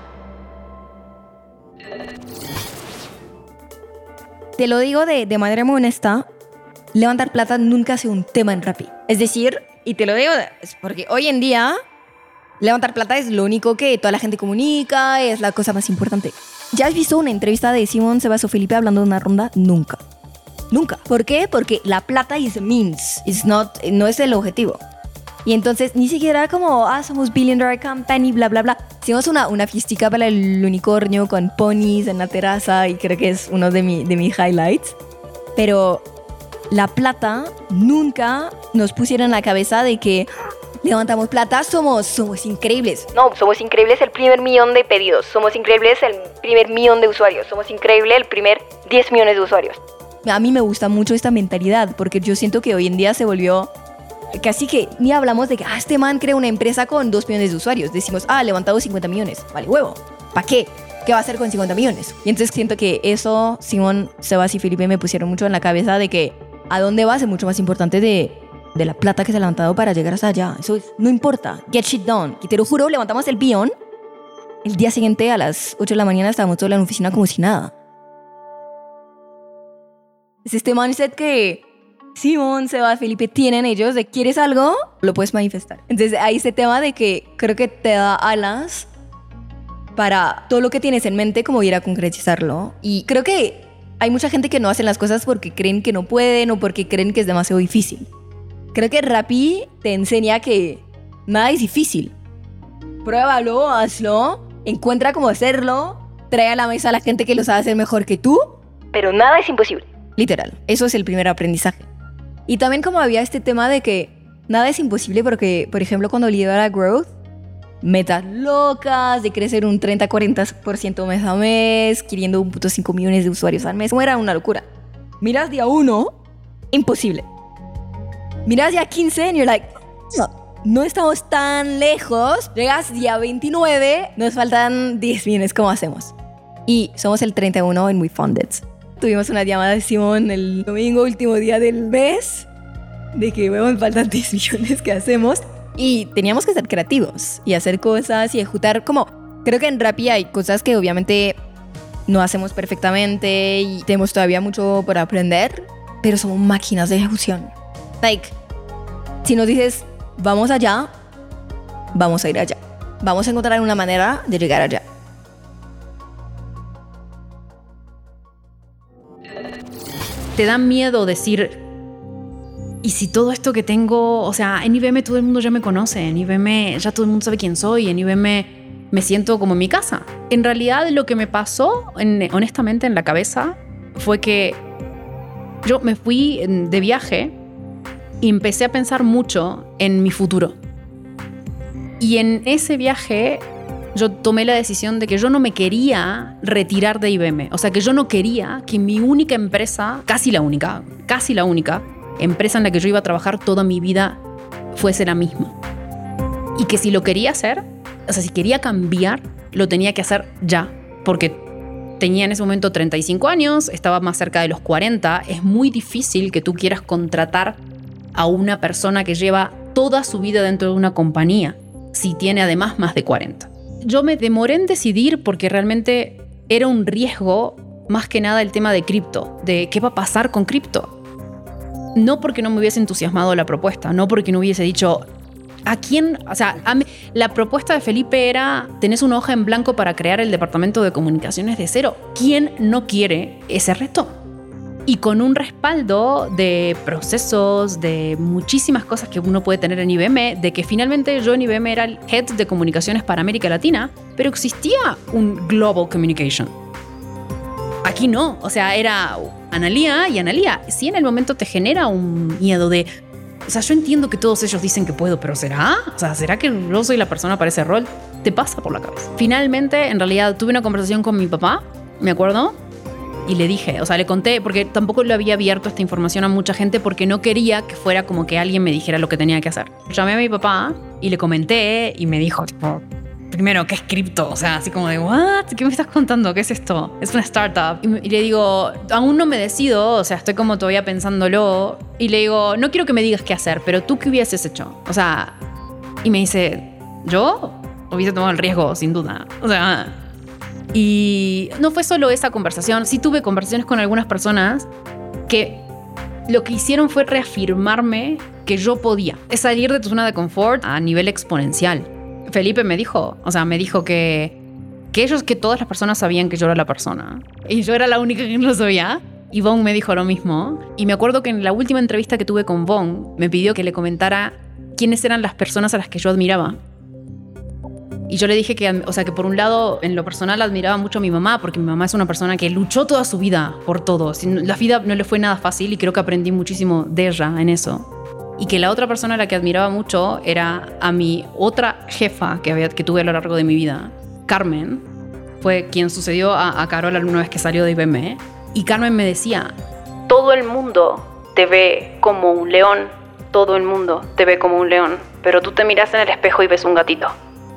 Te lo digo de, de manera muy honesta, levantar plata nunca ha sido un tema en Rappi. Es decir, y te lo digo es porque hoy en día levantar plata es lo único que toda la gente comunica, es la cosa más importante. ¿Ya has visto una entrevista de Simón Sebas Felipe hablando de una ronda? Nunca. Nunca. ¿Por qué? Porque la plata is a means, it's not, no es el objetivo. Y entonces ni siquiera como, ah, somos billion dollar company, bla, bla, bla. Hicimos una, una fiestica para el unicornio con ponis en la terraza y creo que es uno de, mi, de mis highlights. Pero la plata nunca nos pusieron en la cabeza de que levantamos plata, somos, somos increíbles. No, somos increíbles el primer millón de pedidos. Somos increíbles el primer millón de usuarios. Somos increíbles el primer diez millones de usuarios. A mí me gusta mucho esta mentalidad porque yo siento que hoy en día se volvió casi que ni hablamos de que ah, este man crea una empresa con dos millones de usuarios. Decimos, ah, levantado cincuenta millones. Vale, huevo. ¿Para qué? ¿Qué va a hacer con cincuenta millones? Y entonces siento que eso Simón, Sebas y Felipe me pusieron mucho en la cabeza de que a dónde vas es mucho más importante de, de la plata que se ha levantado para llegar hasta allá. Eso es, no importa. Get shit done. Y te lo juro, levantamos el billón. El día siguiente a las ocho de la mañana estábamos todos en la oficina como si nada. Es este mindset que Simón, Seba, Felipe tienen ellos de ¿quieres algo? Lo puedes manifestar. Entonces hay ese tema de que creo que te da alas para todo lo que tienes en mente como ir a concretizarlo. Y creo que hay mucha gente que no hace las cosas porque creen que no pueden o porque creen que es demasiado difícil. Creo que Rappi te enseña que nada es difícil. Pruébalo, hazlo, encuentra cómo hacerlo, trae a la mesa a la gente que lo sabe hacer mejor que tú, pero nada es imposible. Literal, eso es el primer aprendizaje. Y también como había este tema de que nada es imposible porque, por ejemplo, cuando lidera Growth, metas locas de crecer un treinta a cuarenta por ciento mes a mes, queriendo uno punto cinco millones de usuarios al mes, como era una locura. Miras día uno, imposible. Miras día quince and you're like, no, no estamos tan lejos. Llegas día veintinueve, nos faltan diez millones, ¿cómo hacemos? Y somos el treinta y uno en WeFunded. Tuvimos una llamada de Simón el domingo, último día del mes, de que, bueno, faltan diez millones, ¿qué hacemos? Y teníamos que ser creativos y hacer cosas y ejecutar como... Creo que en Rappi hay cosas que obviamente no hacemos perfectamente y tenemos todavía mucho por aprender, pero somos máquinas de ejecución. Like, si nos dices, vamos allá, vamos a ir allá. Vamos a encontrar una manera de llegar allá. Te da miedo decir... Y si todo esto que tengo, o sea, en I B M todo el mundo ya me conoce, en I B M ya todo el mundo sabe quién soy, en I B M me siento como en mi casa. En realidad lo que me pasó, en, honestamente, en la cabeza fue que yo me fui de viaje y empecé a pensar mucho en mi futuro. Y en ese viaje yo tomé la decisión de que yo no me quería retirar de I B M. O sea, que yo no quería que mi única empresa, casi la única, casi la única, empresa en la que yo iba a trabajar toda mi vida fuese la misma. Y que si lo quería hacer, o sea, si quería cambiar, lo tenía que hacer ya. Porque tenía en ese momento treinta y cinco años, estaba más cerca de los cuarenta. Es muy difícil que tú quieras contratar a una persona que lleva toda su vida dentro de una compañía, si tiene además más de cuarenta. Yo me demoré en decidir porque realmente era un riesgo, más que nada el tema de cripto, de qué va a pasar con cripto. No porque no me hubiese entusiasmado la propuesta, no porque no hubiese dicho, ¿a quién? O sea, a mí, la propuesta de Felipe era, tenés una hoja en blanco para crear el departamento de comunicaciones de cero. ¿Quién no quiere ese reto? Y con un respaldo de procesos, de muchísimas cosas que uno puede tener en I B M, de que finalmente yo en I B M era el head de comunicaciones para América Latina, pero existía un Global Communication. Aquí no, o sea, era Analía y Analía. Sí, en el momento te genera un miedo de, o sea, yo entiendo que todos ellos dicen que puedo, pero ¿será? O sea, ¿será que yo soy la persona para ese rol? Te pasa por la cabeza. Finalmente, en realidad, tuve una conversación con mi papá, me acuerdo, y le dije, o sea, le conté, porque tampoco le había abierto esta información a mucha gente porque no quería que fuera como que alguien me dijera lo que tenía que hacer. Llamé a mi papá y le comenté y me dijo, tipo, primero, ¿qué es cripto? O sea, así como de, ¿what? ¿Qué me estás contando? ¿Qué es esto? Es una startup. Y, y le digo, aún no me decido, o sea, estoy como todavía pensándolo. Y le digo, no quiero que me digas qué hacer, pero ¿tú qué hubieses hecho? O sea, y me dice, ¿yo? Hubiese tomado el riesgo, sin duda. O sea, y no fue solo esa conversación. Sí tuve conversaciones con algunas personas que lo que hicieron fue reafirmarme que yo podía. Es salir de tu zona de confort a nivel exponencial. Felipe me dijo, o sea, me dijo que, que ellos, que todas las personas sabían que yo era la persona. Y yo era la única que no lo sabía. Y Von me dijo lo mismo. Y me acuerdo que en la última entrevista que tuve con Von, me pidió que le comentara quiénes eran las personas a las que yo admiraba. Y yo le dije que, o sea, que por un lado, en lo personal, admiraba mucho a mi mamá, porque mi mamá es una persona que luchó toda su vida por todo. La vida no le fue nada fácil y creo que aprendí muchísimo de ella en eso. Y que la otra persona a la que admiraba mucho era a mi otra jefa que, había, que tuve a lo largo de mi vida, Carmen. Fue quien sucedió a, a Carol alguna vez que salió de I B M. Y Carmen me decía, todo el mundo te ve como un león, todo el mundo te ve como un león, pero tú te miras en el espejo y ves un gatito.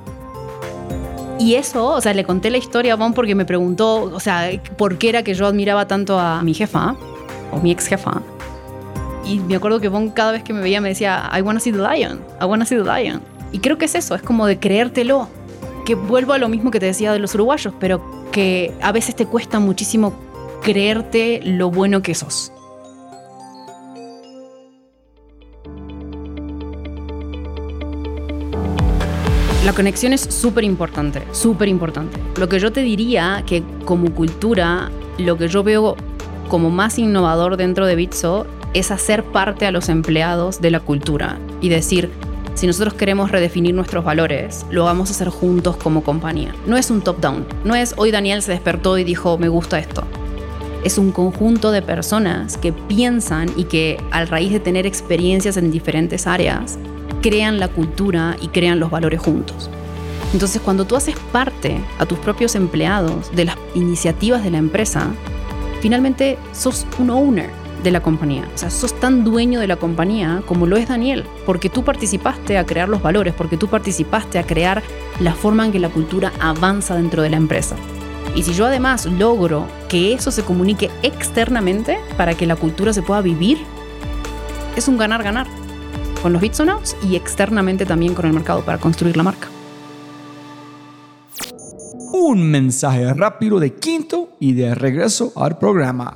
Y eso, o sea, le conté la historia a Von porque me preguntó, o sea, por qué era que yo admiraba tanto a mi jefa, o mi ex jefa. Y me acuerdo que Von cada vez que me veía me decía, I wanna see the lion, I wanna see the lion. Y creo que es eso, es como de creértelo. Que vuelvo a lo mismo que te decía de los uruguayos, pero que a veces te cuesta muchísimo creerte lo bueno que sos. La conexión es súper importante, súper importante. Lo que yo te diría que como cultura, lo que yo veo como más innovador dentro de Bitso es hacer parte a los empleados de la cultura y decir, si nosotros queremos redefinir nuestros valores, lo vamos a hacer juntos como compañía. No es un top-down, no es hoy Daniel se despertó y dijo, me gusta esto. Es un conjunto de personas que piensan y que a raíz de tener experiencias en diferentes áreas, crean la cultura y crean los valores juntos. Entonces, cuando tú haces parte a tus propios empleados de las iniciativas de la empresa, finalmente sos un owner de la compañía. O sea, sos tan dueño de la compañía como lo es Daniel, porque tú participaste a crear los valores, porque tú participaste a crear la forma en que la cultura avanza dentro de la empresa. Y si yo además logro que eso se comunique externamente para que la cultura se pueda vivir, es un ganar-ganar. Con los Bitsonauts y externamente también con el mercado para construir la marca. Un mensaje rápido de Quinto y de regreso al programa.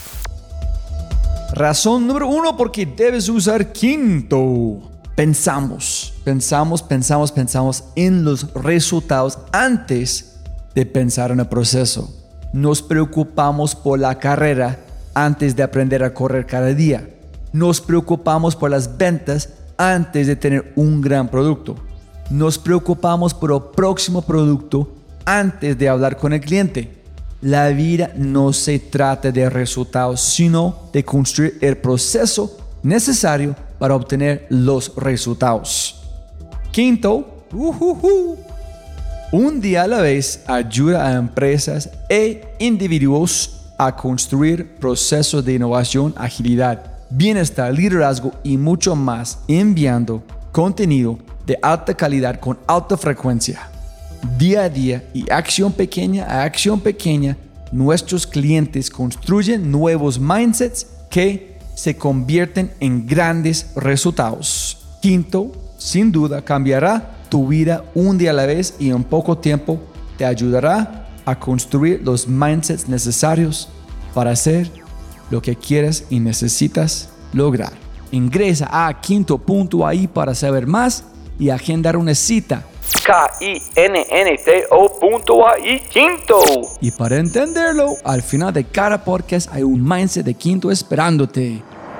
Razón número uno porque debes usar Quinto. Pensamos, pensamos, pensamos, pensamos en los resultados antes de pensar en el proceso. Nos preocupamos por la carrera antes de aprender a correr cada día. Nos preocupamos por las ventas antes de tener un gran producto. Nos preocupamos por el próximo producto antes de hablar con el cliente. La vida no se trata de resultados, sino de construir el proceso necesario para obtener los resultados. Quinto, uh, uh, uh, un día a la vez ayuda a empresas e individuos a construir procesos de innovación, agilidad, bienestar, liderazgo y mucho más, enviando contenido de alta calidad con alta frecuencia. Día a día y acción pequeña a acción pequeña, nuestros clientes construyen nuevos mindsets que se convierten en grandes resultados. Quinto, sin duda cambiará tu vida un día a la vez y en poco tiempo te ayudará a construir los mindsets necesarios para hacer lo que quieres y necesitas lograr. Ingresa a quinto punto a i para saber más y agendar una cita. K I N N T O punto A I Quinto. Y para entenderlo, al final de cada podcast hay un mindset de Quinto esperándote.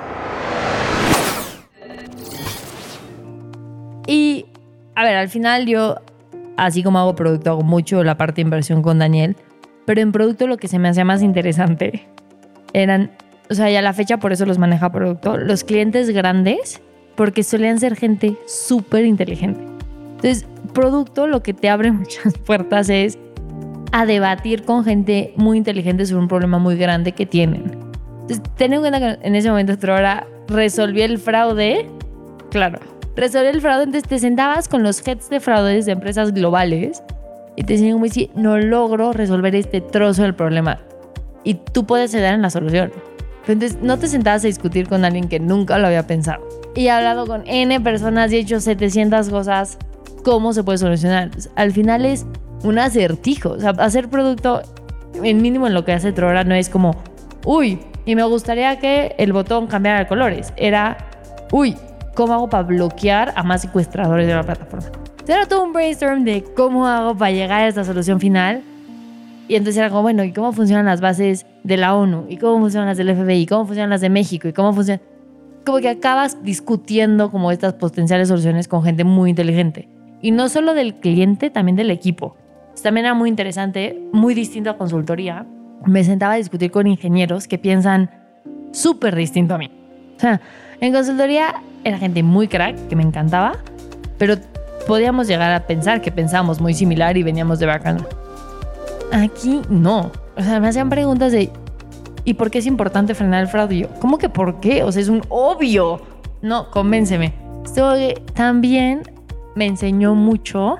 Y, a ver, al final yo, así como hago producto, hago mucho la parte de inversión con Daniel, pero en producto lo que se me hacía más interesante eran, o sea, ya a la fecha por eso los maneja producto, los clientes grandes, porque solían ser gente súper inteligente. Entonces, producto lo que te abre muchas puertas es a debatir con gente muy inteligente sobre un problema muy grande que tienen. Entonces, ten en cuenta que en ese momento ahora resolví el fraude, claro, resolví el fraude, entonces te sentabas con los heads de fraudes de empresas globales y te decían como si no logro resolver este trozo del problema. Y tú puedes ayudar en la solución. Pero entonces no te sentabas a discutir con alguien que nunca lo había pensado. Y he hablado con N personas y he hecho setecientas cosas. ¿Cómo se puede solucionar? Entonces, al final es un acertijo. O sea, hacer producto, el mínimo en lo que hace Trora, no es como, uy, y me gustaría que el botón cambiara de colores. Era, uy, ¿cómo hago para bloquear a más secuestradores de la plataforma? Entonces, era todo un brainstorm de cómo hago para llegar a esta solución final. Y entonces era como, bueno, ¿y cómo funcionan las bases de la ONU? ¿Y cómo funcionan las del F B I? ¿Cómo funcionan las de México? ¿Y cómo funcionan? Como que acabas discutiendo como estas potenciales soluciones con gente muy inteligente. Y no solo del cliente, también del equipo. Entonces, también era muy interesante, muy distinto a consultoría. Me sentaba a discutir con ingenieros que piensan súper distinto a mí. O sea, en consultoría era gente muy crack, que me encantaba, pero podíamos llegar a pensar que pensábamos muy similar y veníamos de background. Aquí no. O sea, me hacían preguntas de ¿y por qué es importante frenar el fraude? Y yo, ¿cómo que por qué? O sea, es un obvio. No, convénceme. Esto también me enseñó mucho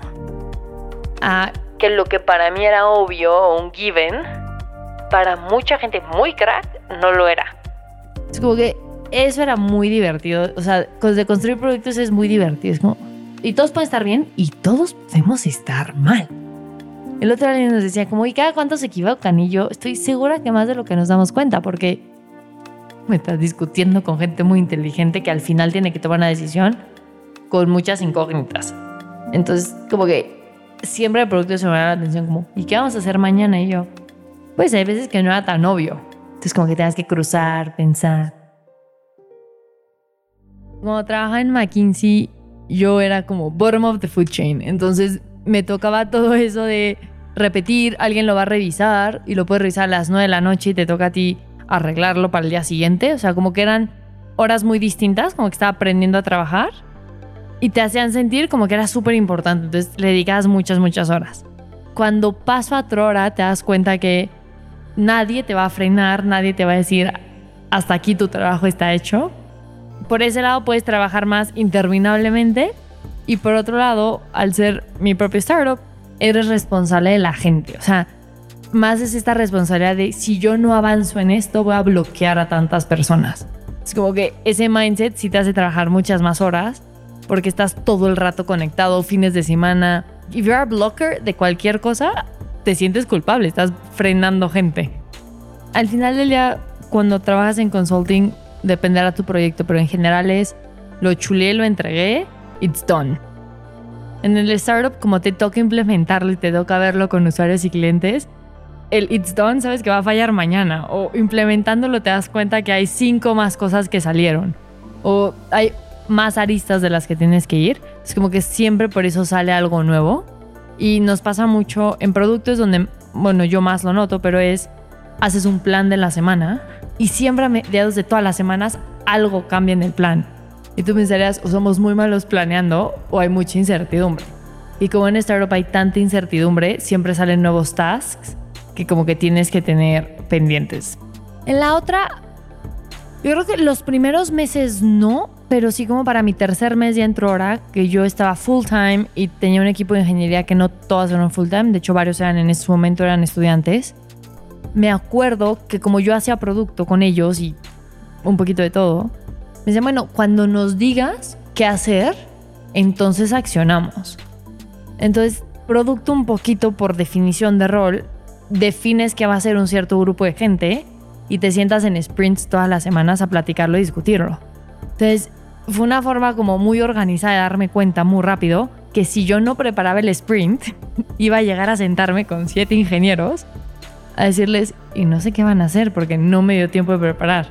a que lo que para mí era obvio o un given, para mucha gente muy crack, no lo era. Es como que eso era muy divertido. O sea, de construir productos es muy divertido. Es como, y todos pueden estar bien y todos podemos estar mal. El otro día nos decía como, ¿y cada cuánto se equivocan? Y yo estoy segura que más de lo que nos damos cuenta, porque me estás discutiendo con gente muy inteligente que al final tiene que tomar una decisión con muchas incógnitas. Entonces, como que siempre el producto se me da la atención como, ¿y qué vamos a hacer mañana? Y yo, pues hay veces que no era tan obvio. Entonces como que tengas que cruzar, pensar. Cuando trabajaba en McKinsey, yo era como bottom of the food chain. Entonces me tocaba todo eso de repetir, alguien lo va a revisar y lo puedes revisar a las nueve de la noche y te toca a ti arreglarlo para el día siguiente. O sea, como que eran horas muy distintas, como que estaba aprendiendo a trabajar y te hacían sentir como que era súper importante. Entonces le dedicabas muchas, muchas horas. Cuando paso a Trora te das cuenta que nadie te va a frenar, nadie te va a decir hasta aquí tu trabajo está hecho. Por ese lado puedes trabajar más interminablemente y por otro lado, al ser mi propio startup, eres responsable de la gente. O sea, más es esta responsabilidad de si yo no avanzo en esto, voy a bloquear a tantas personas. Es como que ese mindset sí te hace trabajar muchas más horas porque estás todo el rato conectado, fines de semana. If you're a blocker de cualquier cosa, te sientes culpable, estás frenando gente. Al final del día, cuando trabajas en consulting, dependerá tu proyecto, pero en general es lo chulé, lo entregué, it's done. En el startup, como te toca implementarlo y te toca verlo con usuarios y clientes, el it's done sabes que va a fallar mañana, o implementándolo te das cuenta que hay cinco más cosas que salieron, o hay más aristas de las que tienes que ir. Es como que siempre por eso sale algo nuevo. Y nos pasa mucho en productos donde, bueno, yo más lo noto, pero es, haces un plan de la semana y siempre a mediados de todas las semanas algo cambia en el plan. Y tú pensarías, o somos muy malos planeando o hay mucha incertidumbre. Y como en startup hay tanta incertidumbre, siempre salen nuevos tasks que como que tienes que tener pendientes. En la otra, yo creo que los primeros meses no, pero sí como para mi tercer mes ya entró Trora, que yo estaba full time y tenía un equipo de ingeniería que no todas eran full time, de hecho varios eran en ese momento eran estudiantes. Me acuerdo que como yo hacía producto con ellos y un poquito de todo, me decían, bueno, cuando nos digas qué hacer, entonces accionamos. Entonces, producto un poquito por definición de rol, defines que va a ser un cierto grupo de gente y te sientas en sprints todas las semanas a platicarlo y discutirlo. Entonces, fue una forma como muy organizada de darme cuenta muy rápido que si yo no preparaba el sprint, iba a llegar a sentarme con siete ingenieros a decirles, y no sé qué van a hacer porque no me dio tiempo de preparar.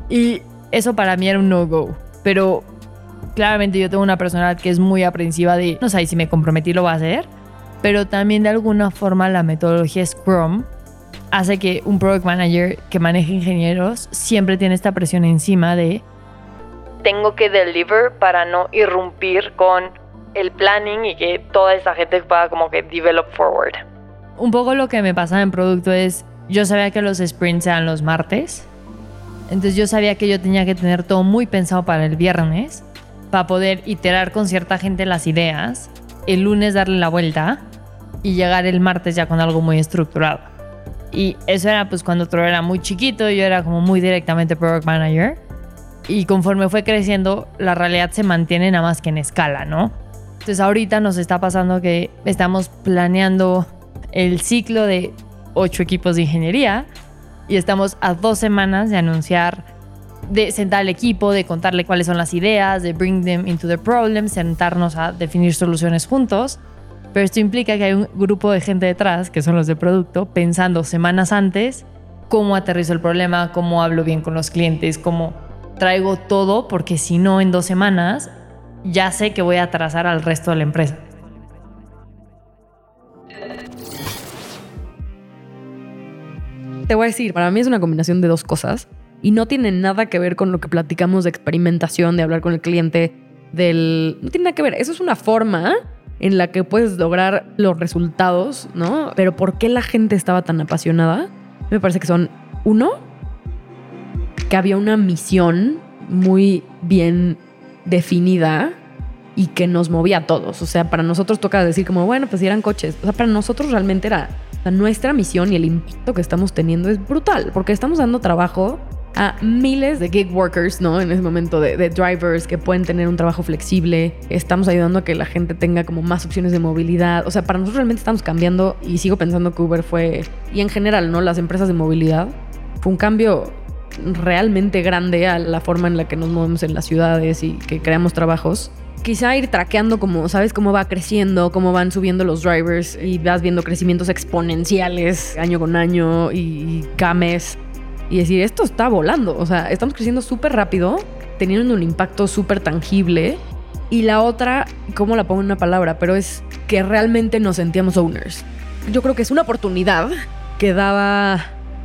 Y eso para mí era un no-go. Pero claramente yo tengo una personalidad que es muy aprensiva de, no sé, si me comprometí lo voy a hacer. Pero también de alguna forma la metodología Scrum hace que un product manager que maneje ingenieros siempre tiene esta presión encima de tengo que deliver para no irrumpir con el planning y que toda esta gente pueda como que develop forward. Un poco lo que me pasaba en producto es, yo sabía que los sprints eran los martes, entonces yo sabía que yo tenía que tener todo muy pensado para el viernes, para poder iterar con cierta gente las ideas, el lunes darle la vuelta y llegar el martes ya con algo muy estructurado. Y eso era pues cuando Trora era muy chiquito, yo era como muy directamente product manager. Y conforme fue creciendo, la realidad se mantiene nada más que en escala, ¿no? Entonces ahorita nos está pasando que estamos planeando el ciclo de ocho equipos de ingeniería y estamos a dos semanas de anunciar, de sentar al equipo, de contarle cuáles son las ideas, de bring them into the problem, sentarnos a definir soluciones juntos. Pero esto implica que hay un grupo de gente detrás, que son los de producto, pensando semanas antes cómo aterrizo el problema, cómo hablo bien con los clientes, cómo traigo todo, porque si no, en dos semanas ya sé que voy a atrasar al resto de la empresa. Te voy a decir, para mí es una combinación de dos cosas y no tiene nada que ver con lo que platicamos de experimentación, de hablar con el cliente, del... No tiene nada que ver, eso es una forma en la que puedes lograr los resultados, ¿no? Pero ¿por qué la gente estaba tan apasionada? Me parece que son, uno, que había una misión muy bien definida y que nos movía a todos. O sea, para nosotros toca decir como, bueno, pues si eran coches. O sea, para nosotros realmente era... O sea, nuestra misión y el impacto que estamos teniendo es brutal, porque estamos dando trabajo a miles de gig workers, ¿no? En ese momento de, de drivers que pueden tener un trabajo flexible. Estamos ayudando a que la gente tenga como más opciones de movilidad. O sea, para nosotros realmente estamos cambiando y sigo pensando que Uber fue, y en general, ¿no? Las empresas de movilidad, fue un cambio realmente grande a la forma en la que nos movemos en las ciudades y que creamos trabajos. Quizá ir traqueando como, ¿sabes? Cómo va creciendo, cómo van subiendo los drivers y vas viendo crecimientos exponenciales año con año y cada mes. Y decir, esto está volando. O sea, estamos creciendo súper rápido, teniendo un impacto súper tangible. Y la otra, ¿cómo la pongo en una palabra? Pero es que realmente nos sentíamos owners. Yo creo que es una oportunidad que daba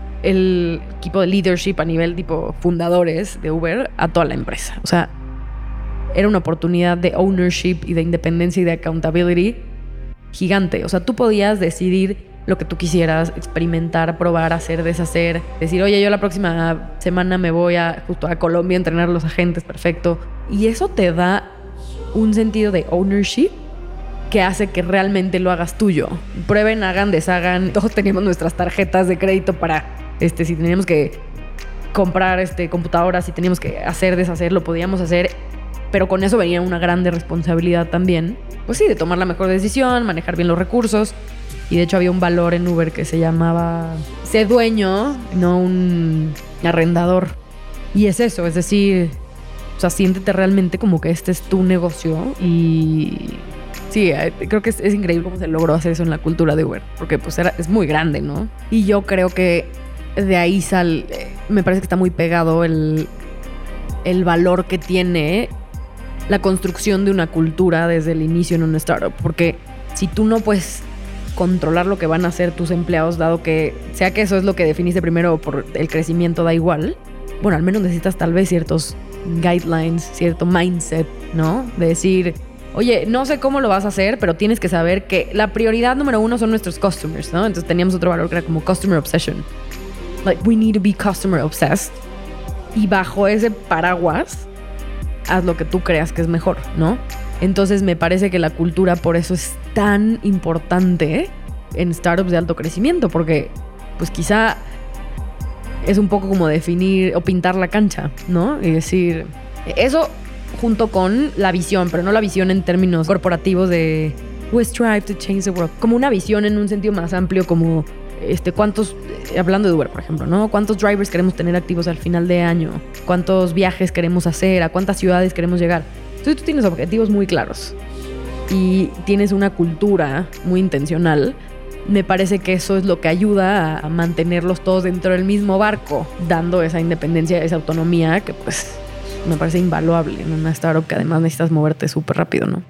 el equipo de leadership a nivel tipo fundadores de Uber a toda la empresa. O sea, era una oportunidad de ownership y de independencia y de accountability gigante. O sea, tú podías decidir lo que tú quisieras, experimentar, probar, hacer, deshacer, decir, oye, yo la próxima semana me voy a justo a Colombia a entrenar a los agentes, perfecto. Y eso te da un sentido de ownership que hace que realmente lo hagas tuyo. Prueben, hagan, deshagan. Todos teníamos nuestras tarjetas de crédito para, este, si teníamos que comprar este, computadoras, si teníamos que hacer, deshacer, lo podíamos hacer. Pero con eso venía una grande responsabilidad también. Pues sí, de tomar la mejor decisión, manejar bien los recursos. Y de hecho había un valor en Uber que se llamaba ser dueño, no un arrendador. Y es eso, es decir, o sea, siéntete realmente como que este es tu negocio. Y sí, creo que es, es increíble cómo se logró hacer eso en la cultura de Uber, porque pues era, es muy grande, ¿no? Y yo creo que de ahí sal, me parece que está muy pegado el, el valor que tiene la construcción de una cultura desde el inicio en una startup. Porque si tú no puedes controlar lo que van a hacer tus empleados, dado que sea que eso es lo que definiste primero por el crecimiento, da igual, bueno, al menos necesitas tal vez ciertos guidelines, cierto mindset, ¿no? De decir, oye, no sé cómo lo vas a hacer, pero tienes que saber que la prioridad número uno son nuestros customers, ¿no? Entonces teníamos otro valor que era como customer obsession. Like, we need to be customer obsessed. Y bajo ese paraguas, haz lo que tú creas que es mejor, ¿no? Entonces me parece que la cultura por eso es tan importante en startups de alto crecimiento, porque pues quizá es un poco como definir o pintar la cancha, ¿no? Y decir, eso junto con la visión, pero no la visión en términos corporativos de we strive to change the world, como una visión en un sentido más amplio, como este, cuántos, hablando de Uber, por ejemplo, ¿no? ¿Cuántos drivers queremos tener activos al final de año? ¿Cuántos viajes queremos hacer? ¿A cuántas ciudades queremos llegar? Entonces tú tienes objetivos muy claros y tienes una cultura muy intencional. Me parece que eso es lo que ayuda a mantenerlos todos dentro del mismo barco, dando esa independencia, esa autonomía que pues me parece invaluable en una startup que además necesitas moverte súper rápido, ¿no?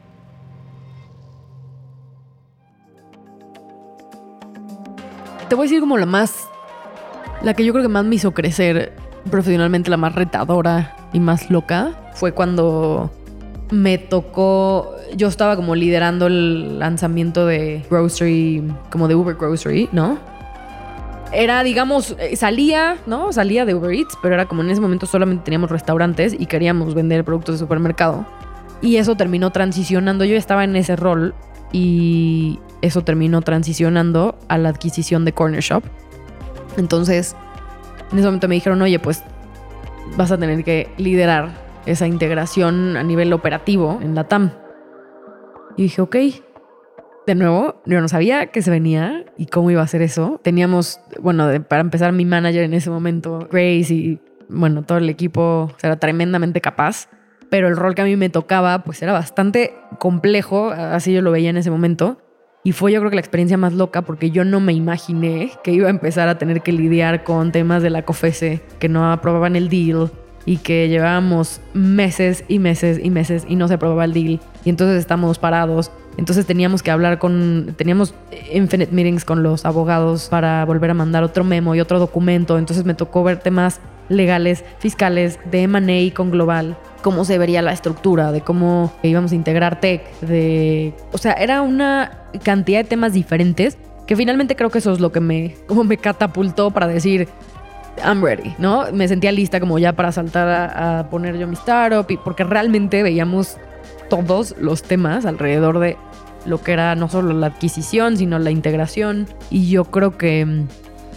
Te voy a decir como la más, la que yo creo que más me hizo crecer profesionalmente, la más retadora y más loca, fue cuando me tocó, yo estaba como liderando el lanzamiento de Grocery, como de Uber Grocery, ¿no? Era, digamos, salía, ¿no? Salía de Uber Eats, pero era como en ese momento solamente teníamos restaurantes y queríamos vender productos de supermercado. Y eso terminó transicionando, yo ya estaba en ese rol y eso terminó transicionando a la adquisición de Corner Shop. Entonces, en ese momento me dijeron, oye, pues vas a tener que liderar esa integración a nivel operativo en la T A M. Y dije, ok. De nuevo, yo no sabía qué se venía y cómo iba a hacer eso. Teníamos, bueno, de, para empezar, mi manager en ese momento, Grace, y bueno, todo el equipo era tremendamente capaz. Pero el rol que a mí me tocaba, pues era bastante complejo, así yo lo veía en ese momento. Y fue yo creo que la experiencia más loca, porque yo no me imaginé que iba a empezar a tener que lidiar con temas de la COFESE, que no aprobaban el deal y que llevábamos meses y meses y meses y no se aprobaba el deal. Y entonces estábamos parados. Entonces teníamos que hablar con... Teníamos infinite meetings con los abogados para volver a mandar otro memo y otro documento. Entonces me tocó ver temas legales, fiscales, de M and A con Global, cómo se vería la estructura, de cómo íbamos a integrar tech, de... O sea, era una cantidad de temas diferentes que finalmente creo que eso es lo que me, como me catapultó para decir I'm ready, ¿no? Me sentía lista como ya para saltar a, a poner yo mi startup, y porque realmente veíamos todos los temas alrededor de lo que era no solo la adquisición, sino la integración. Y yo creo que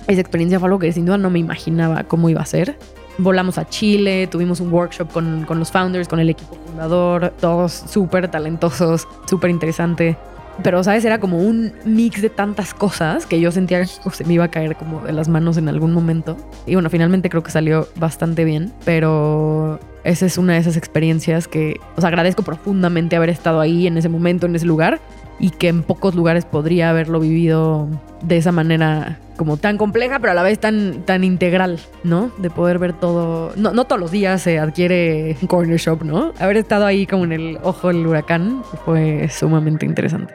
esa experiencia fue algo que sin duda no me imaginaba cómo iba a ser. Volamos a Chile, tuvimos un workshop con, con los founders, con el equipo fundador, todos súper talentosos, súper interesante. Pero, ¿sabes? Era como un mix de tantas cosas que yo sentía que se me iba a caer como de las manos en algún momento. Y bueno, finalmente creo que salió bastante bien, pero esa es una de esas experiencias que, o sea, agradezco profundamente haber estado ahí en ese momento, en ese lugar, y que en pocos lugares podría haberlo vivido de esa manera como tan compleja, pero a la vez tan, tan integral, ¿no? De poder ver todo. No, no todos los días se adquiere un corner shop, ¿no? Haber estado ahí como en el ojo del huracán fue sumamente interesante.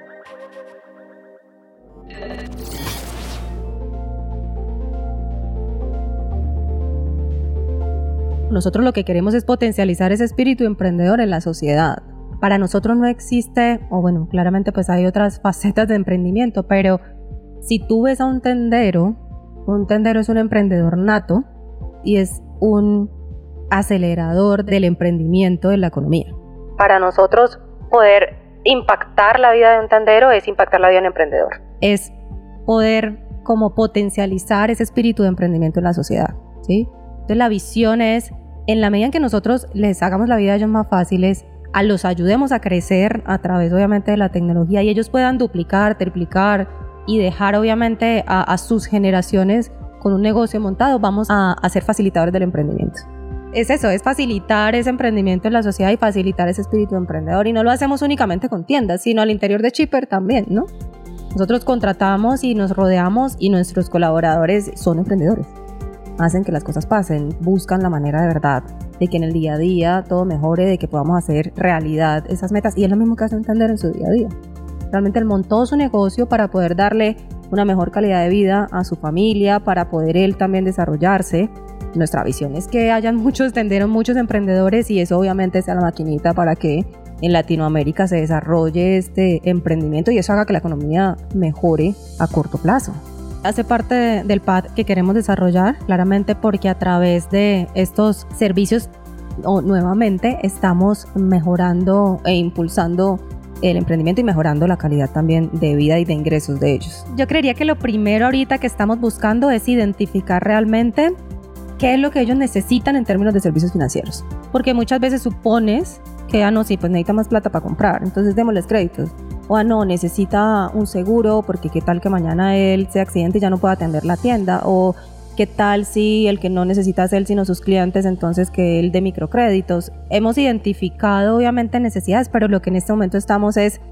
Nosotros lo que queremos es potencializar ese espíritu emprendedor en la sociedad. Para nosotros no existe, o bueno, claramente pues hay otras facetas de emprendimiento, pero si tú ves a un tendero, un tendero es un emprendedor nato y es un acelerador del emprendimiento en la economía. Para nosotros poder impactar la vida de un tendero es impactar la vida de un emprendedor. Es poder como potencializar ese espíritu de emprendimiento en la sociedad, ¿sí? Entonces la visión es, en la medida en que nosotros les hagamos la vida a ellos más fáciles, a los ayudemos a crecer a través obviamente de la tecnología y ellos puedan duplicar, triplicar y dejar obviamente a, a sus generaciones con un negocio montado, vamos a, a ser facilitadores del emprendimiento. Es eso, es facilitar ese emprendimiento en la sociedad y facilitar ese espíritu emprendedor, y no lo hacemos únicamente con tiendas, sino al interior de Chipper también, ¿no? Nosotros contratamos y nos rodeamos y nuestros colaboradores son emprendedores. Hacen que las cosas pasen, buscan la manera de verdad de que en el día a día todo mejore, de que podamos hacer realidad esas metas, y es lo mismo que hace un tendero en su día a día. Realmente él montó su negocio para poder darle una mejor calidad de vida a su familia, para poder él también desarrollarse. Nuestra visión es que hayan muchos tenderos, muchos emprendedores, y eso obviamente sea la maquinita para que en Latinoamérica se desarrolle este emprendimiento y eso haga que la economía mejore a corto plazo. Hace parte de, del P A D que queremos desarrollar, claramente porque a través de estos servicios o, nuevamente estamos mejorando e impulsando el emprendimiento y mejorando la calidad también de vida y de ingresos de ellos. Yo creería que lo primero ahorita que estamos buscando es identificar realmente qué es lo que ellos necesitan en términos de servicios financieros, porque muchas veces supones que, ah no, sí, pues necesita más plata para comprar, entonces démosles créditos. O ah, no, necesita un seguro porque qué tal que mañana él se accidente y ya no pueda atender la tienda. O qué tal si el que no necesita es él sino sus clientes, entonces que él dé microcréditos. Hemos identificado obviamente necesidades, pero lo que en este momento estamos es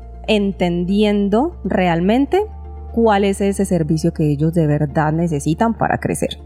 entendiendo realmente cuál es ese servicio que ellos de verdad necesitan para crecer.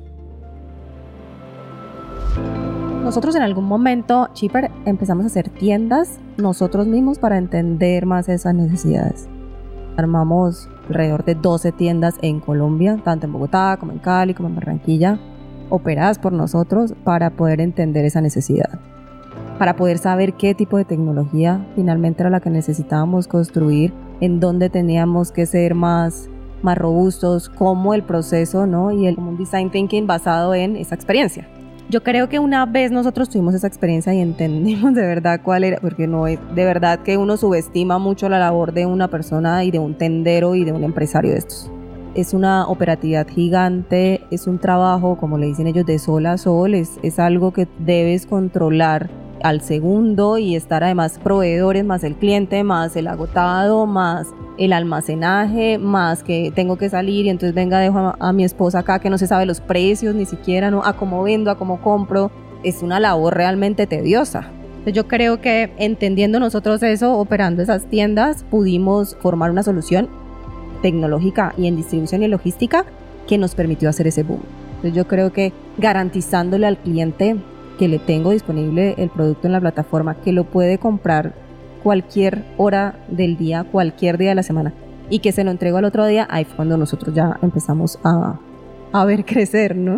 Nosotros en algún momento, Chipper, empezamos a hacer tiendas nosotros mismos para entender más esas necesidades. Armamos alrededor de doce tiendas en Colombia, tanto en Bogotá como en Cali, como en Barranquilla, operadas por nosotros para poder entender esa necesidad, para poder saber qué tipo de tecnología finalmente era la que necesitábamos construir, en dónde teníamos que ser más, más robustos, cómo el proceso, ¿no? Y el un design thinking basado en esa experiencia. Yo creo que una vez nosotros tuvimos esa experiencia y entendimos de verdad cuál era, porque no es de verdad que uno subestima mucho la labor de una persona y de un tendero y de un empresario de estos. Es una operatividad gigante, es un trabajo, como le dicen ellos, de sol a sol, es, es algo que debes controlar al segundo y estar además proveedores, más el cliente, más el agotado, más el almacenaje, más que tengo que salir y entonces venga, dejo a, a mi esposa acá que no se sabe los precios ni siquiera, ¿no? A cómo vendo, a cómo compro. Es una labor realmente tediosa. Entonces yo creo que entendiendo nosotros eso, operando esas tiendas, pudimos formar una solución tecnológica y en distribución y logística que nos permitió hacer ese boom. Entonces yo creo que garantizándole al cliente que le tengo disponible el producto en la plataforma, que lo puede comprar cualquier hora del día, cualquier día de la semana, y que se lo entrego al otro día, ahí fue cuando nosotros ya empezamos a, a ver crecer, ¿no?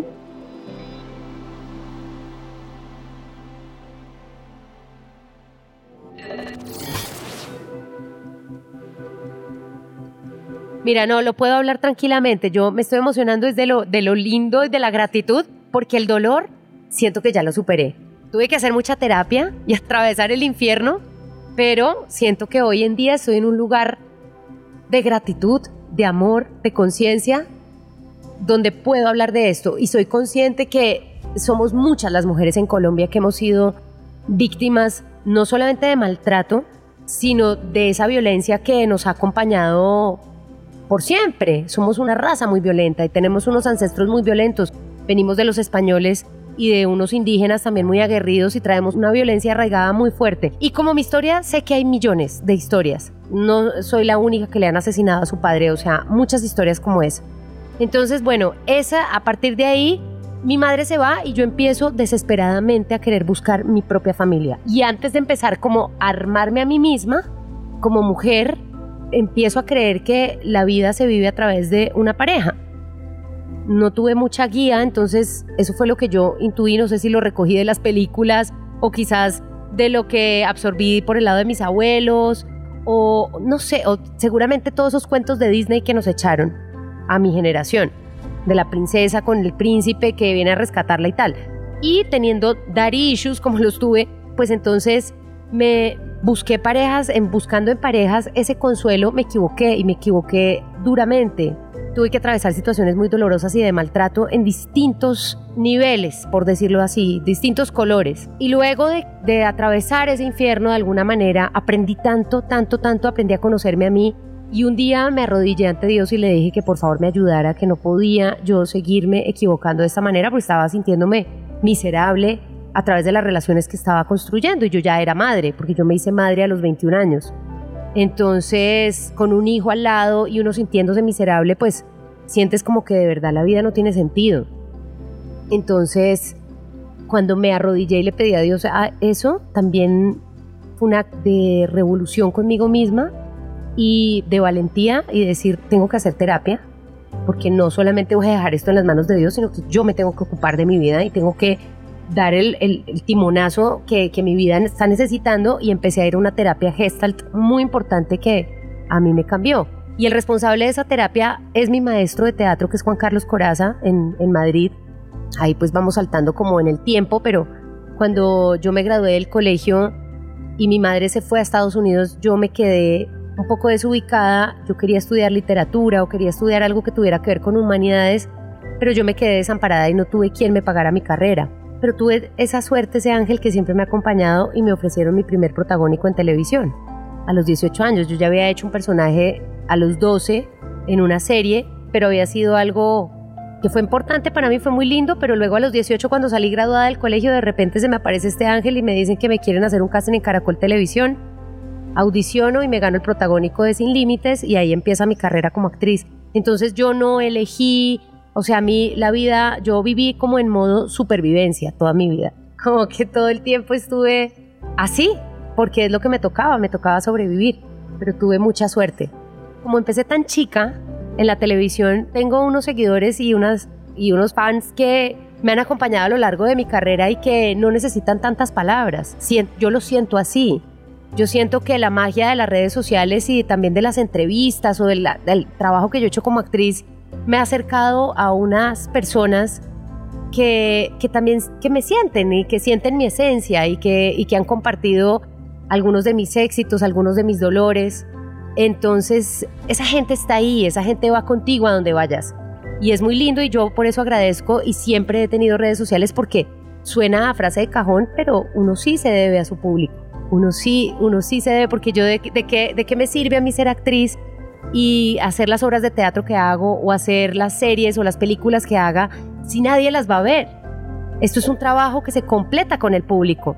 Mira, no, lo puedo hablar tranquilamente. Yo me estoy emocionando desde lo, de lo lindo y de la gratitud, porque el dolor siento que ya lo superé. Tuve que hacer mucha terapia y atravesar el infierno, pero siento que hoy en día estoy en un lugar de gratitud, de amor, de conciencia, donde puedo hablar de esto y soy consciente que somos muchas las mujeres en Colombia que hemos sido víctimas no solamente de maltrato, sino de esa violencia que nos ha acompañado por siempre. Somos una raza muy violenta y tenemos unos ancestros muy violentos. Venimos de los españoles y de unos indígenas también muy aguerridos y traemos una violencia arraigada muy fuerte. Y como mi historia, sé que hay millones de historias. No soy la única que le han asesinado a su padre, o sea, muchas historias como esa. Entonces, bueno, esa, a partir de ahí, mi madre se va y yo empiezo desesperadamente a querer buscar mi propia familia. Y antes de empezar como a armarme a mí misma, como mujer, empiezo a creer que la vida se vive a través de una pareja. No tuve mucha guía, entonces eso fue lo que yo intuí, no sé si lo recogí de las películas o quizás de lo que absorbí por el lado de mis abuelos o no sé, o seguramente todos esos cuentos de Disney que nos echaron a mi generación, de la princesa con el príncipe que viene a rescatarla y tal. Y teniendo daddy issues como los tuve, pues entonces me busqué parejas, en buscando en parejas ese consuelo me equivoqué y me equivoqué duramente. Tuve que atravesar situaciones muy dolorosas y de maltrato en distintos niveles, por decirlo así, distintos colores. Y luego de, de atravesar ese infierno de alguna manera, aprendí tanto, tanto, tanto, aprendí a conocerme a mí. Y un día me arrodillé ante Dios y le dije que por favor me ayudara, que no podía yo seguirme equivocando de esta manera porque estaba sintiéndome miserable a través de las relaciones que estaba construyendo. Y yo ya era madre, porque yo me hice madre a los veintiún años. Entonces, con un hijo al lado y uno sintiéndose miserable, pues sientes como que de verdad la vida no tiene sentido. Entonces, cuando me arrodillé y le pedí a Dios a eso, también fue un acto de revolución conmigo misma y de valentía y decir, tengo que hacer terapia, porque no solamente voy a dejar esto en las manos de Dios, sino que yo me tengo que ocupar de mi vida y tengo que dar el, el, el timonazo que, que mi vida está necesitando, y empecé a ir a una terapia Gestalt muy importante que a mí me cambió. Y el responsable de esa terapia es mi maestro de teatro, que es Juan Carlos Corazza, en, en Madrid. Ahí pues vamos saltando como en el tiempo, pero cuando yo me gradué del colegio y mi madre se fue a Estados Unidos, yo me quedé un poco desubicada. Yo quería estudiar literatura o quería estudiar algo que tuviera que ver con humanidades, pero yo me quedé desamparada y no tuve quien me pagara mi carrera. Pero tuve esa suerte, ese ángel que siempre me ha acompañado, y me ofrecieron mi primer protagónico en televisión. A los dieciocho años, yo ya había hecho un personaje a los doce en una serie, pero había sido algo que fue importante para mí, fue muy lindo, pero luego a los dieciocho, cuando salí graduada del colegio, de repente se me aparece este ángel y me dicen que me quieren hacer un casting en Caracol Televisión. Audiciono y me gano el protagónico de Sin Límites, y ahí empieza mi carrera como actriz. Entonces yo no elegí... O sea, a mí la vida, yo viví como en modo supervivencia toda mi vida. Como que todo el tiempo estuve así, porque es lo que me tocaba, me tocaba sobrevivir. Pero tuve mucha suerte. Como empecé tan chica en la televisión, tengo unos seguidores y, unas, y unos fans que me han acompañado a lo largo de mi carrera y que no necesitan tantas palabras. Yo lo siento así. Yo siento que la magia de las redes sociales y también de las entrevistas o de la, del trabajo que yo he hecho como actriz me ha acercado a unas personas que, que también que me sienten y que sienten mi esencia y que, y que han compartido algunos de mis éxitos, algunos de mis dolores. Entonces, esa gente está ahí, esa gente va contigo a donde vayas. Y es muy lindo, y yo por eso agradezco, y siempre he tenido redes sociales, porque suena a frase de cajón, pero uno sí se debe a su público. Uno sí, uno sí se debe, porque yo de, de, qué, de qué me sirve a mí ser actriz y hacer las obras de teatro que hago o hacer las series o las películas que haga si nadie las va a ver. Esto es un trabajo que se completa con el público.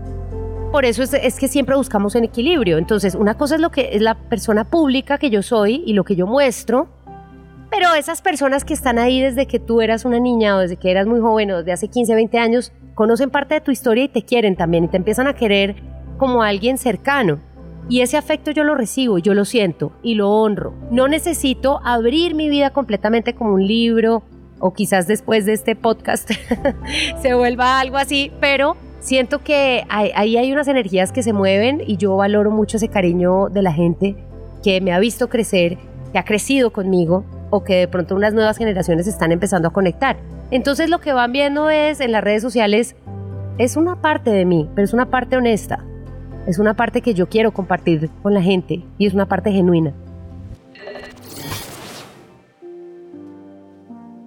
Por eso es, es que siempre buscamos un equilibrio. Entonces, una cosa es lo que es la persona pública que yo soy y lo que yo muestro, pero esas personas que están ahí desde que tú eras una niña o desde que eras muy joven o desde hace quince, veinte años, conocen parte de tu historia y te quieren también y te empiezan a querer como alguien cercano. Y ese afecto yo lo recibo, yo lo siento y lo honro. No necesito abrir mi vida completamente como un libro, o quizás después de este podcast se vuelva algo así, pero siento que ahí hay, hay unas energías que se mueven, y yo valoro mucho ese cariño de la gente que me ha visto crecer, que ha crecido conmigo, o que de pronto unas nuevas generaciones están empezando a conectar. Entonces lo que van viendo es en las redes sociales es una parte de mí, pero es una parte honesta. Es una parte que yo quiero compartir con la gente, y es una parte genuina.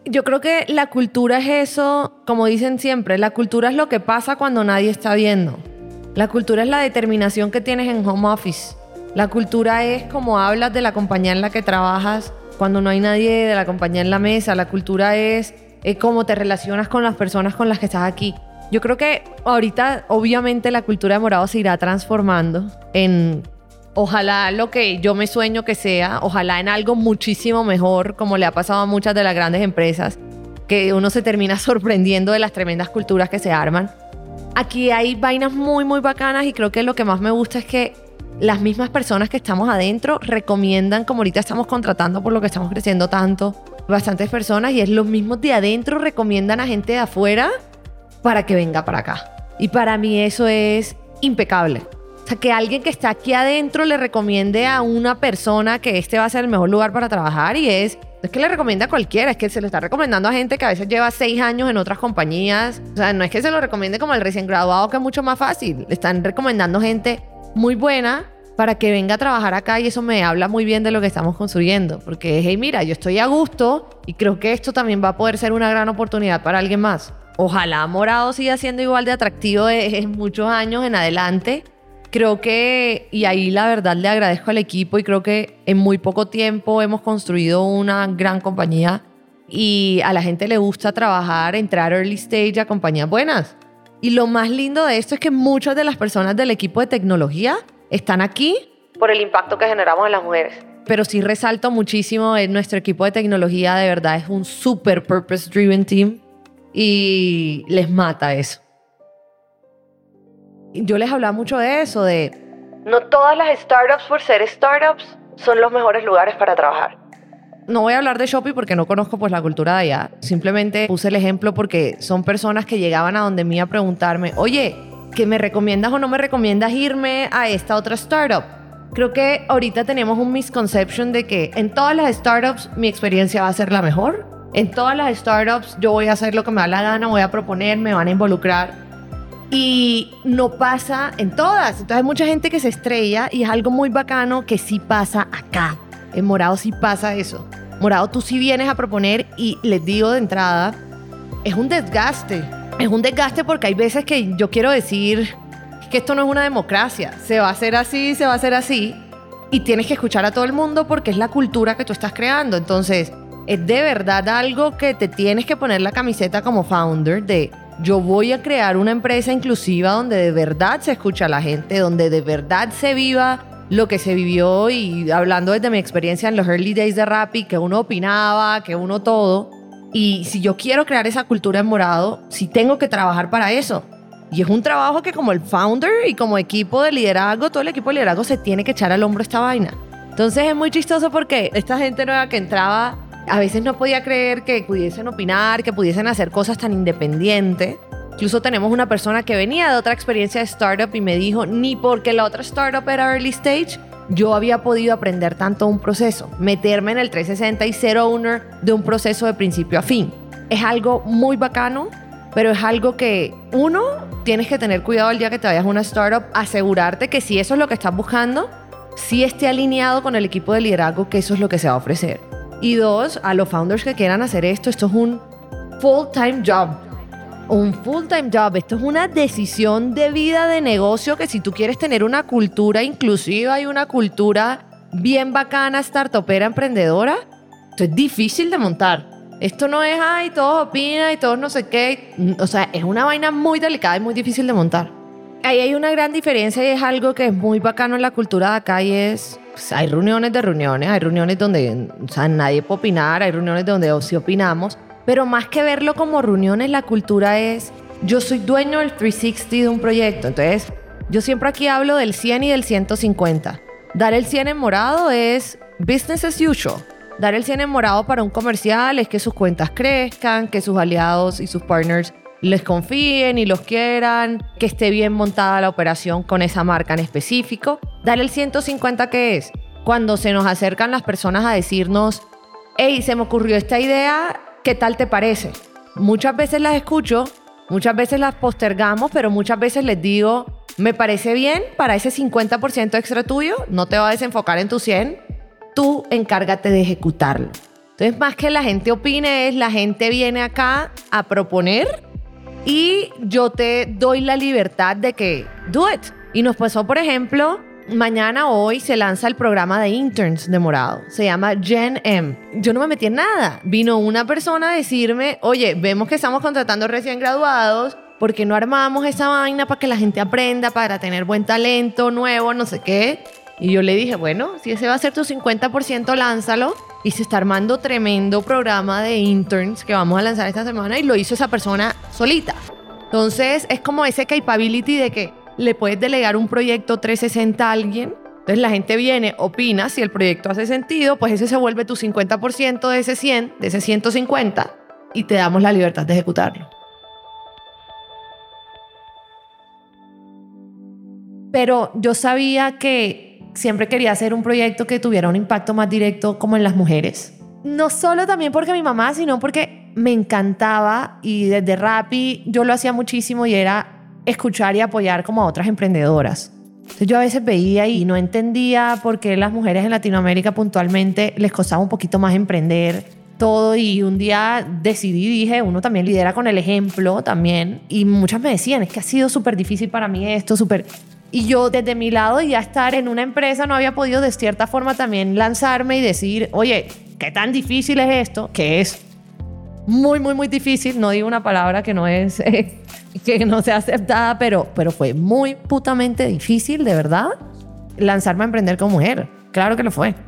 Yo creo que la cultura es eso, como dicen siempre, la cultura es lo que pasa cuando nadie está viendo. La cultura es la determinación que tienes en home office. La cultura es cómo hablas de la compañía en la que trabajas cuando no hay nadie de la compañía en la mesa. La cultura es, es cómo te relacionas con las personas con las que estás aquí. Yo creo que ahorita, obviamente, la cultura de Morado se irá transformando en, ojalá, lo que yo me sueño que sea, ojalá en algo muchísimo mejor, como le ha pasado a muchas de las grandes empresas, que uno se termina sorprendiendo de las tremendas culturas que se arman. Aquí hay vainas muy, muy bacanas y creo que lo que más me gusta es que las mismas personas que estamos adentro recomiendan, como ahorita estamos contratando por lo que estamos creciendo tanto, bastantes personas, y es los mismos de adentro recomiendan a gente de afuera para que venga para acá. Y para mí eso es impecable. O sea, que alguien que está aquí adentro le recomiende a una persona que este va a ser el mejor lugar para trabajar, y es, no es que le recomienda a cualquiera, es que se lo está recomendando a gente que a veces lleva seis años en otras compañías. O sea, no es que se lo recomiende como el recién graduado, que es mucho más fácil. Le están recomendando gente muy buena para que venga a trabajar acá, y eso me habla muy bien de lo que estamos construyendo, porque hey, mira, yo estoy a gusto y creo que esto también va a poder ser una gran oportunidad para alguien más. Ojalá Morado siga siendo igual de atractivo en muchos años en adelante. Creo que, y ahí la verdad le agradezco al equipo, y creo que en muy poco tiempo hemos construido una gran compañía y a la gente le gusta trabajar, entrar early stage a compañías buenas. Y lo más lindo de esto es que muchas de las personas del equipo de tecnología están aquí por el impacto que generamos en las mujeres. Pero sí resalto muchísimo en nuestro equipo de tecnología, de verdad es un super purpose driven team y les mata eso. Yo les hablaba mucho de eso, de no todas las startups, por ser startups, son los mejores lugares para trabajar. No voy a hablar de Shopee porque no conozco pues la cultura de allá. Simplemente puse el ejemplo porque son personas que llegaban a donde mí a preguntarme, oye, ¿qué me recomiendas o no me recomiendas irme a esta otra startup? Creo que ahorita tenemos un misconception de que en todas las startups mi experiencia va a ser la mejor. En todas las startups yo voy a hacer lo que me da la gana, voy a proponer, me van a involucrar. Y no pasa en todas. Entonces hay mucha gente que se estrella y es algo muy bacano que sí pasa acá. En Morado sí pasa eso. Morado, tú sí vienes a proponer, y les digo de entrada, es un desgaste. Es un desgaste porque hay veces que yo quiero decir que esto no es una democracia. Se va a hacer así, se va a hacer así. Y tienes que escuchar a todo el mundo porque es la cultura que tú estás creando. Entonces, es de verdad algo que te tienes que poner la camiseta como founder de yo voy a crear una empresa inclusiva donde de verdad se escucha a la gente, donde de verdad se viva lo que se vivió, y hablando desde mi experiencia en los early days de Rappi, que uno opinaba, que uno todo. Y si yo quiero crear esa cultura en Morado, sí tengo que trabajar para eso. Y es un trabajo que como el founder y como equipo de liderazgo, todo el equipo de liderazgo se tiene que echar al hombro esta vaina. Entonces es muy chistoso porque esta gente nueva que entraba a veces no podía creer que pudiesen opinar, que pudiesen hacer cosas tan independientes. Incluso tenemos una persona que venía de otra experiencia de startup y me dijo, ni porque la otra startup era early stage, yo había podido aprender tanto un proceso, meterme en el trescientos sesenta y ser owner de un proceso de principio a fin. Es algo muy bacano, pero es algo que, uno, tienes que tener cuidado el día que te vayas a una startup, asegurarte que si eso es lo que estás buscando, sí esté alineado con el equipo de liderazgo, que eso es lo que se va a ofrecer. Y dos, a los founders que quieran hacer esto, esto es un full-time job. Un full-time job. Esto es una decisión de vida, de negocio, que si tú quieres tener una cultura inclusiva y una cultura bien bacana, startupera, emprendedora, esto es difícil de montar. Esto no es, ay, todos opinan y todos no sé qué. O sea, es una vaina muy delicada y muy difícil de montar. Ahí hay una gran diferencia y es algo que es muy bacano en la cultura de acá, y es, pues, hay reuniones de reuniones, hay reuniones donde, o sea, nadie puede opinar, hay reuniones donde sí opinamos, pero más que verlo como reuniones, la cultura es, yo soy dueño del trescientos sesenta de un proyecto. Entonces, yo siempre aquí hablo del cien y del ciento cincuenta. Dar el cien en Morado es business as usual. Dar el cien en Morado para un comercial es que sus cuentas crezcan, que sus aliados y sus partners les confíen y los quieran, que esté bien montada la operación con esa marca en específico. Dar el ciento cincuenta, ¿qué es? Cuando se nos acercan las personas a decirnos, hey, se me ocurrió esta idea, ¿qué tal te parece? Muchas veces las escucho, muchas veces las postergamos, pero muchas veces les digo, me parece bien para ese cincuenta por ciento extra tuyo, no te va a desenfocar en tu cien, tú encárgate de ejecutarlo. Entonces, más que la gente opine, es la gente viene acá a proponer y yo te doy la libertad de que do it. Y nos pasó, por ejemplo, mañana o hoy se lanza el programa de interns de Morado. Se llama Gen M. Yo no me metí en nada. Vino una persona a decirme, oye, vemos que estamos contratando recién graduados, ¿por qué no armamos esa vaina para que la gente aprenda, para tener buen talento nuevo, no sé qué? Y yo le dije, bueno, si ese va a ser tu cincuenta por ciento, lánzalo. Y se está armando tremendo programa de interns que vamos a lanzar esta semana y lo hizo esa persona solita. Entonces, es como ese capability de que le puedes delegar un proyecto trescientos sesenta a alguien. Entonces, la gente viene, opina, si el proyecto hace sentido, pues ese se vuelve tu cincuenta por ciento de ese cien, de ese ciento cincuenta, y te damos la libertad de ejecutarlo. Pero yo sabía que siempre quería hacer un proyecto que tuviera un impacto más directo como en las mujeres. No solo también porque mi mamá, sino porque me encantaba y desde Rappi yo lo hacía muchísimo y era escuchar y apoyar como a otras emprendedoras. Entonces yo a veces veía y no entendía por qué las mujeres en Latinoamérica puntualmente les costaba un poquito más emprender todo y un día decidí, dije, uno también lidera con el ejemplo también y muchas me decían, es que ha sido súper difícil para mí esto, súper... Y yo desde mi lado ya estar en una empresa no había podido de cierta forma también lanzarme y decir, oye, ¿qué tan difícil es esto? Que es muy, muy, muy difícil. No digo una palabra que no es, eh, que no sea aceptada, pero, pero fue muy putamente difícil, de verdad, lanzarme a emprender como mujer. Claro que lo fue.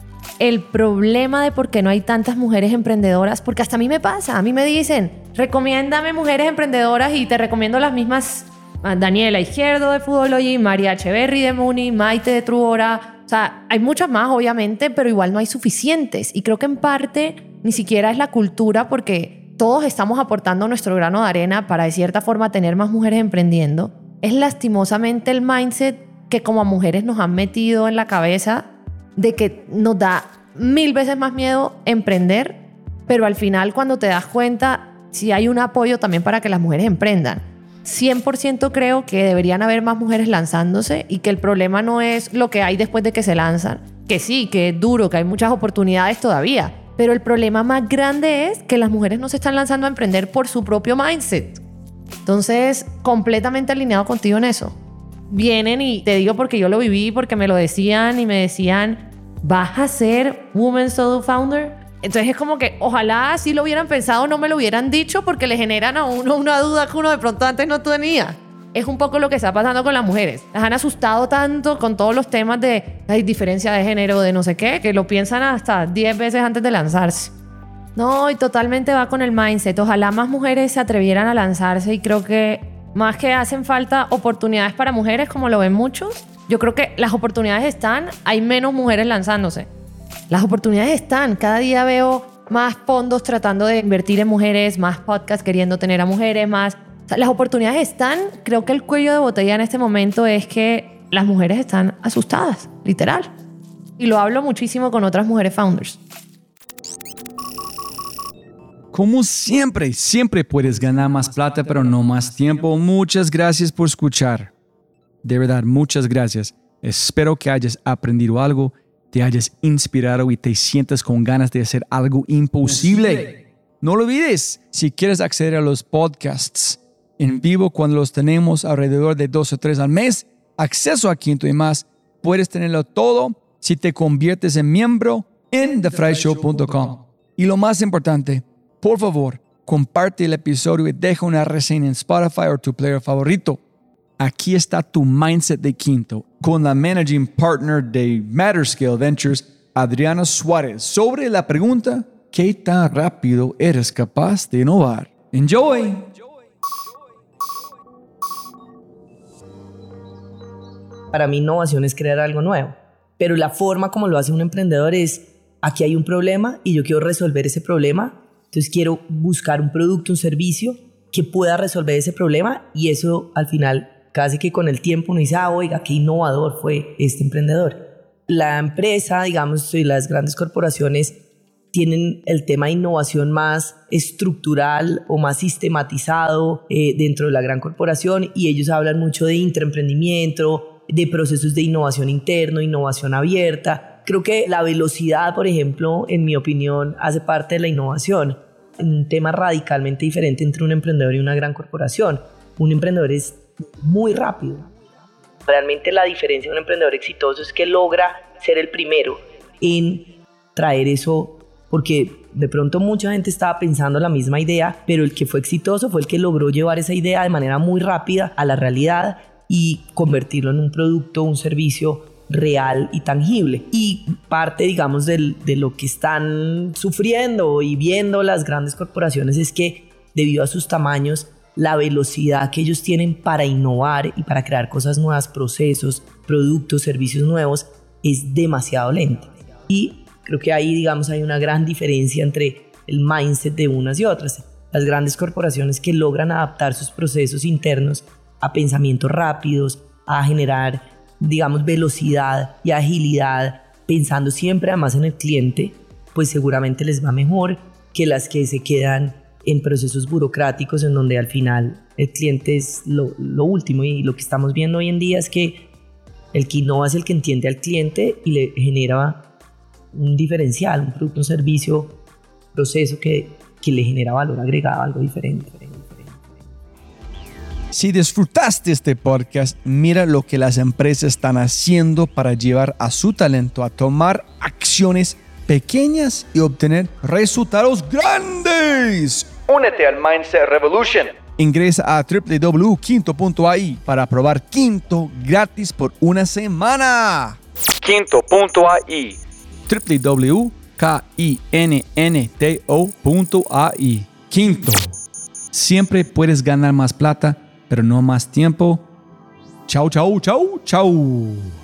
El problema de por qué no hay tantas mujeres emprendedoras, porque hasta a mí me pasa, a mí me dicen, recomiéndame mujeres emprendedoras y te recomiendo las mismas... Daniela Izquierdo de Foodology, María Echeverry de Muni, Maite de Truora. O sea, hay muchas más, obviamente, pero igual no hay suficientes. Y creo que en parte ni siquiera es la cultura, porque todos estamos aportando nuestro grano de arena para, de cierta forma, tener más mujeres emprendiendo. Es lastimosamente el mindset que como mujeres nos han metido en la cabeza de que nos da mil veces más miedo emprender, pero al final, cuando te das cuenta, sí hay un apoyo también para que las mujeres emprendan. cien por ciento creo que deberían haber más mujeres lanzándose y que el problema no es lo que hay después de que se lanzan, que sí, que es duro, que hay muchas oportunidades todavía, pero el problema más grande es que las mujeres no se están lanzando a emprender por su propio mindset. Entonces, completamente alineado contigo en eso. Vienen y te digo porque yo lo viví, porque me lo decían y me decían, ¿vas a ser Women's Solo Founder? Entonces es como que ojalá si lo hubieran pensado no me lo hubieran dicho, porque le generan a uno una duda que uno de pronto antes no tenía. Es un poco lo que está pasando con las mujeres. Las han asustado tanto con todos los temas de hay diferencia de género, de no sé qué, que lo piensan hasta diez veces antes de lanzarse. No, y totalmente va con el mindset. Ojalá más mujeres se atrevieran a lanzarse, y creo que más que hacen falta oportunidades para mujeres, como lo ven muchos, yo creo que las oportunidades están, hay menos mujeres lanzándose. Las oportunidades están. Cada día veo más fondos tratando de invertir en mujeres, más podcasts queriendo tener a mujeres, más... O sea, las oportunidades están. Creo que el cuello de botella en este momento es que las mujeres están asustadas, literal. Y lo hablo muchísimo con otras mujeres founders. Como siempre, siempre puedes ganar más plata, pero no más tiempo. Muchas gracias por escuchar. De verdad, muchas gracias. Espero que hayas aprendido algo, te hayas inspirado y te sientas con ganas de hacer algo imposible. No lo olvides, si quieres acceder a los podcasts en vivo cuando los tenemos alrededor de dos o tres al mes, acceso a Quinto y más, puedes tenerlo todo si te conviertes en miembro en the fry show punto com. Y lo más importante, por favor, comparte el episodio y deja una reseña en Spotify o tu player favorito. Aquí está tu mindset de Quinto con la Managing Partner de Matterscale Ventures, Adriana Suárez, sobre la pregunta, ¿qué tan rápido eres capaz de innovar? Enjoy. Para mí innovación es crear algo nuevo, pero la forma como lo hace un emprendedor es, aquí hay un problema y yo quiero resolver ese problema, entonces quiero buscar un producto, un servicio que pueda resolver ese problema, y eso al final casi que con el tiempo uno dice, ah, oiga, qué innovador fue este emprendedor. La empresa, digamos, y las grandes corporaciones tienen el tema de innovación más estructural o más sistematizado eh, dentro de la gran corporación, y ellos hablan mucho de intraemprendimiento, de procesos de innovación interno, innovación abierta, Creo que la velocidad, por ejemplo, en mi opinión, hace parte de la innovación. Un tema radicalmente diferente entre un emprendedor y una gran corporación. Un emprendedor es muy rápido. Realmente la diferencia de un emprendedor exitoso es que logra ser el primero en traer eso, porque de pronto mucha gente estaba pensando la misma idea, pero el que fue exitoso fue el que logró llevar esa idea de manera muy rápida a la realidad y convertirlo en un producto, un servicio real y tangible. Y parte, digamos, del, de lo que están sufriendo y viendo las grandes corporaciones es que debido a sus tamaños, la velocidad que ellos tienen para innovar y para crear cosas nuevas, procesos, productos, servicios nuevos, es demasiado lenta. Y creo que ahí, digamos, hay una gran diferencia entre el mindset de unas y otras. Las grandes corporaciones que logran adaptar sus procesos internos a pensamientos rápidos, a generar, digamos, velocidad y agilidad, pensando siempre además en el cliente, pues seguramente les va mejor que las que se quedan en procesos burocráticos en donde al final el cliente es lo, lo último. Y lo que estamos viendo hoy en día es que el que innova es el que entiende al cliente y le genera un diferencial, un producto, un servicio, proceso que, que le genera valor agregado, algo diferente. Si disfrutaste este podcast, mira lo que las empresas están haciendo para llevar a su talento a tomar acciones pequeñas y obtener resultados grandes. Únete al Mindset Revolution. Ingresa a doble u doble u doble u punto quinto punto a i para probar Quinto gratis por una semana. Quinto punto a i. doble u doble u doble u punto a i. Quinto. Siempre puedes ganar más plata, pero no más tiempo. Chau, chau, chau, chau.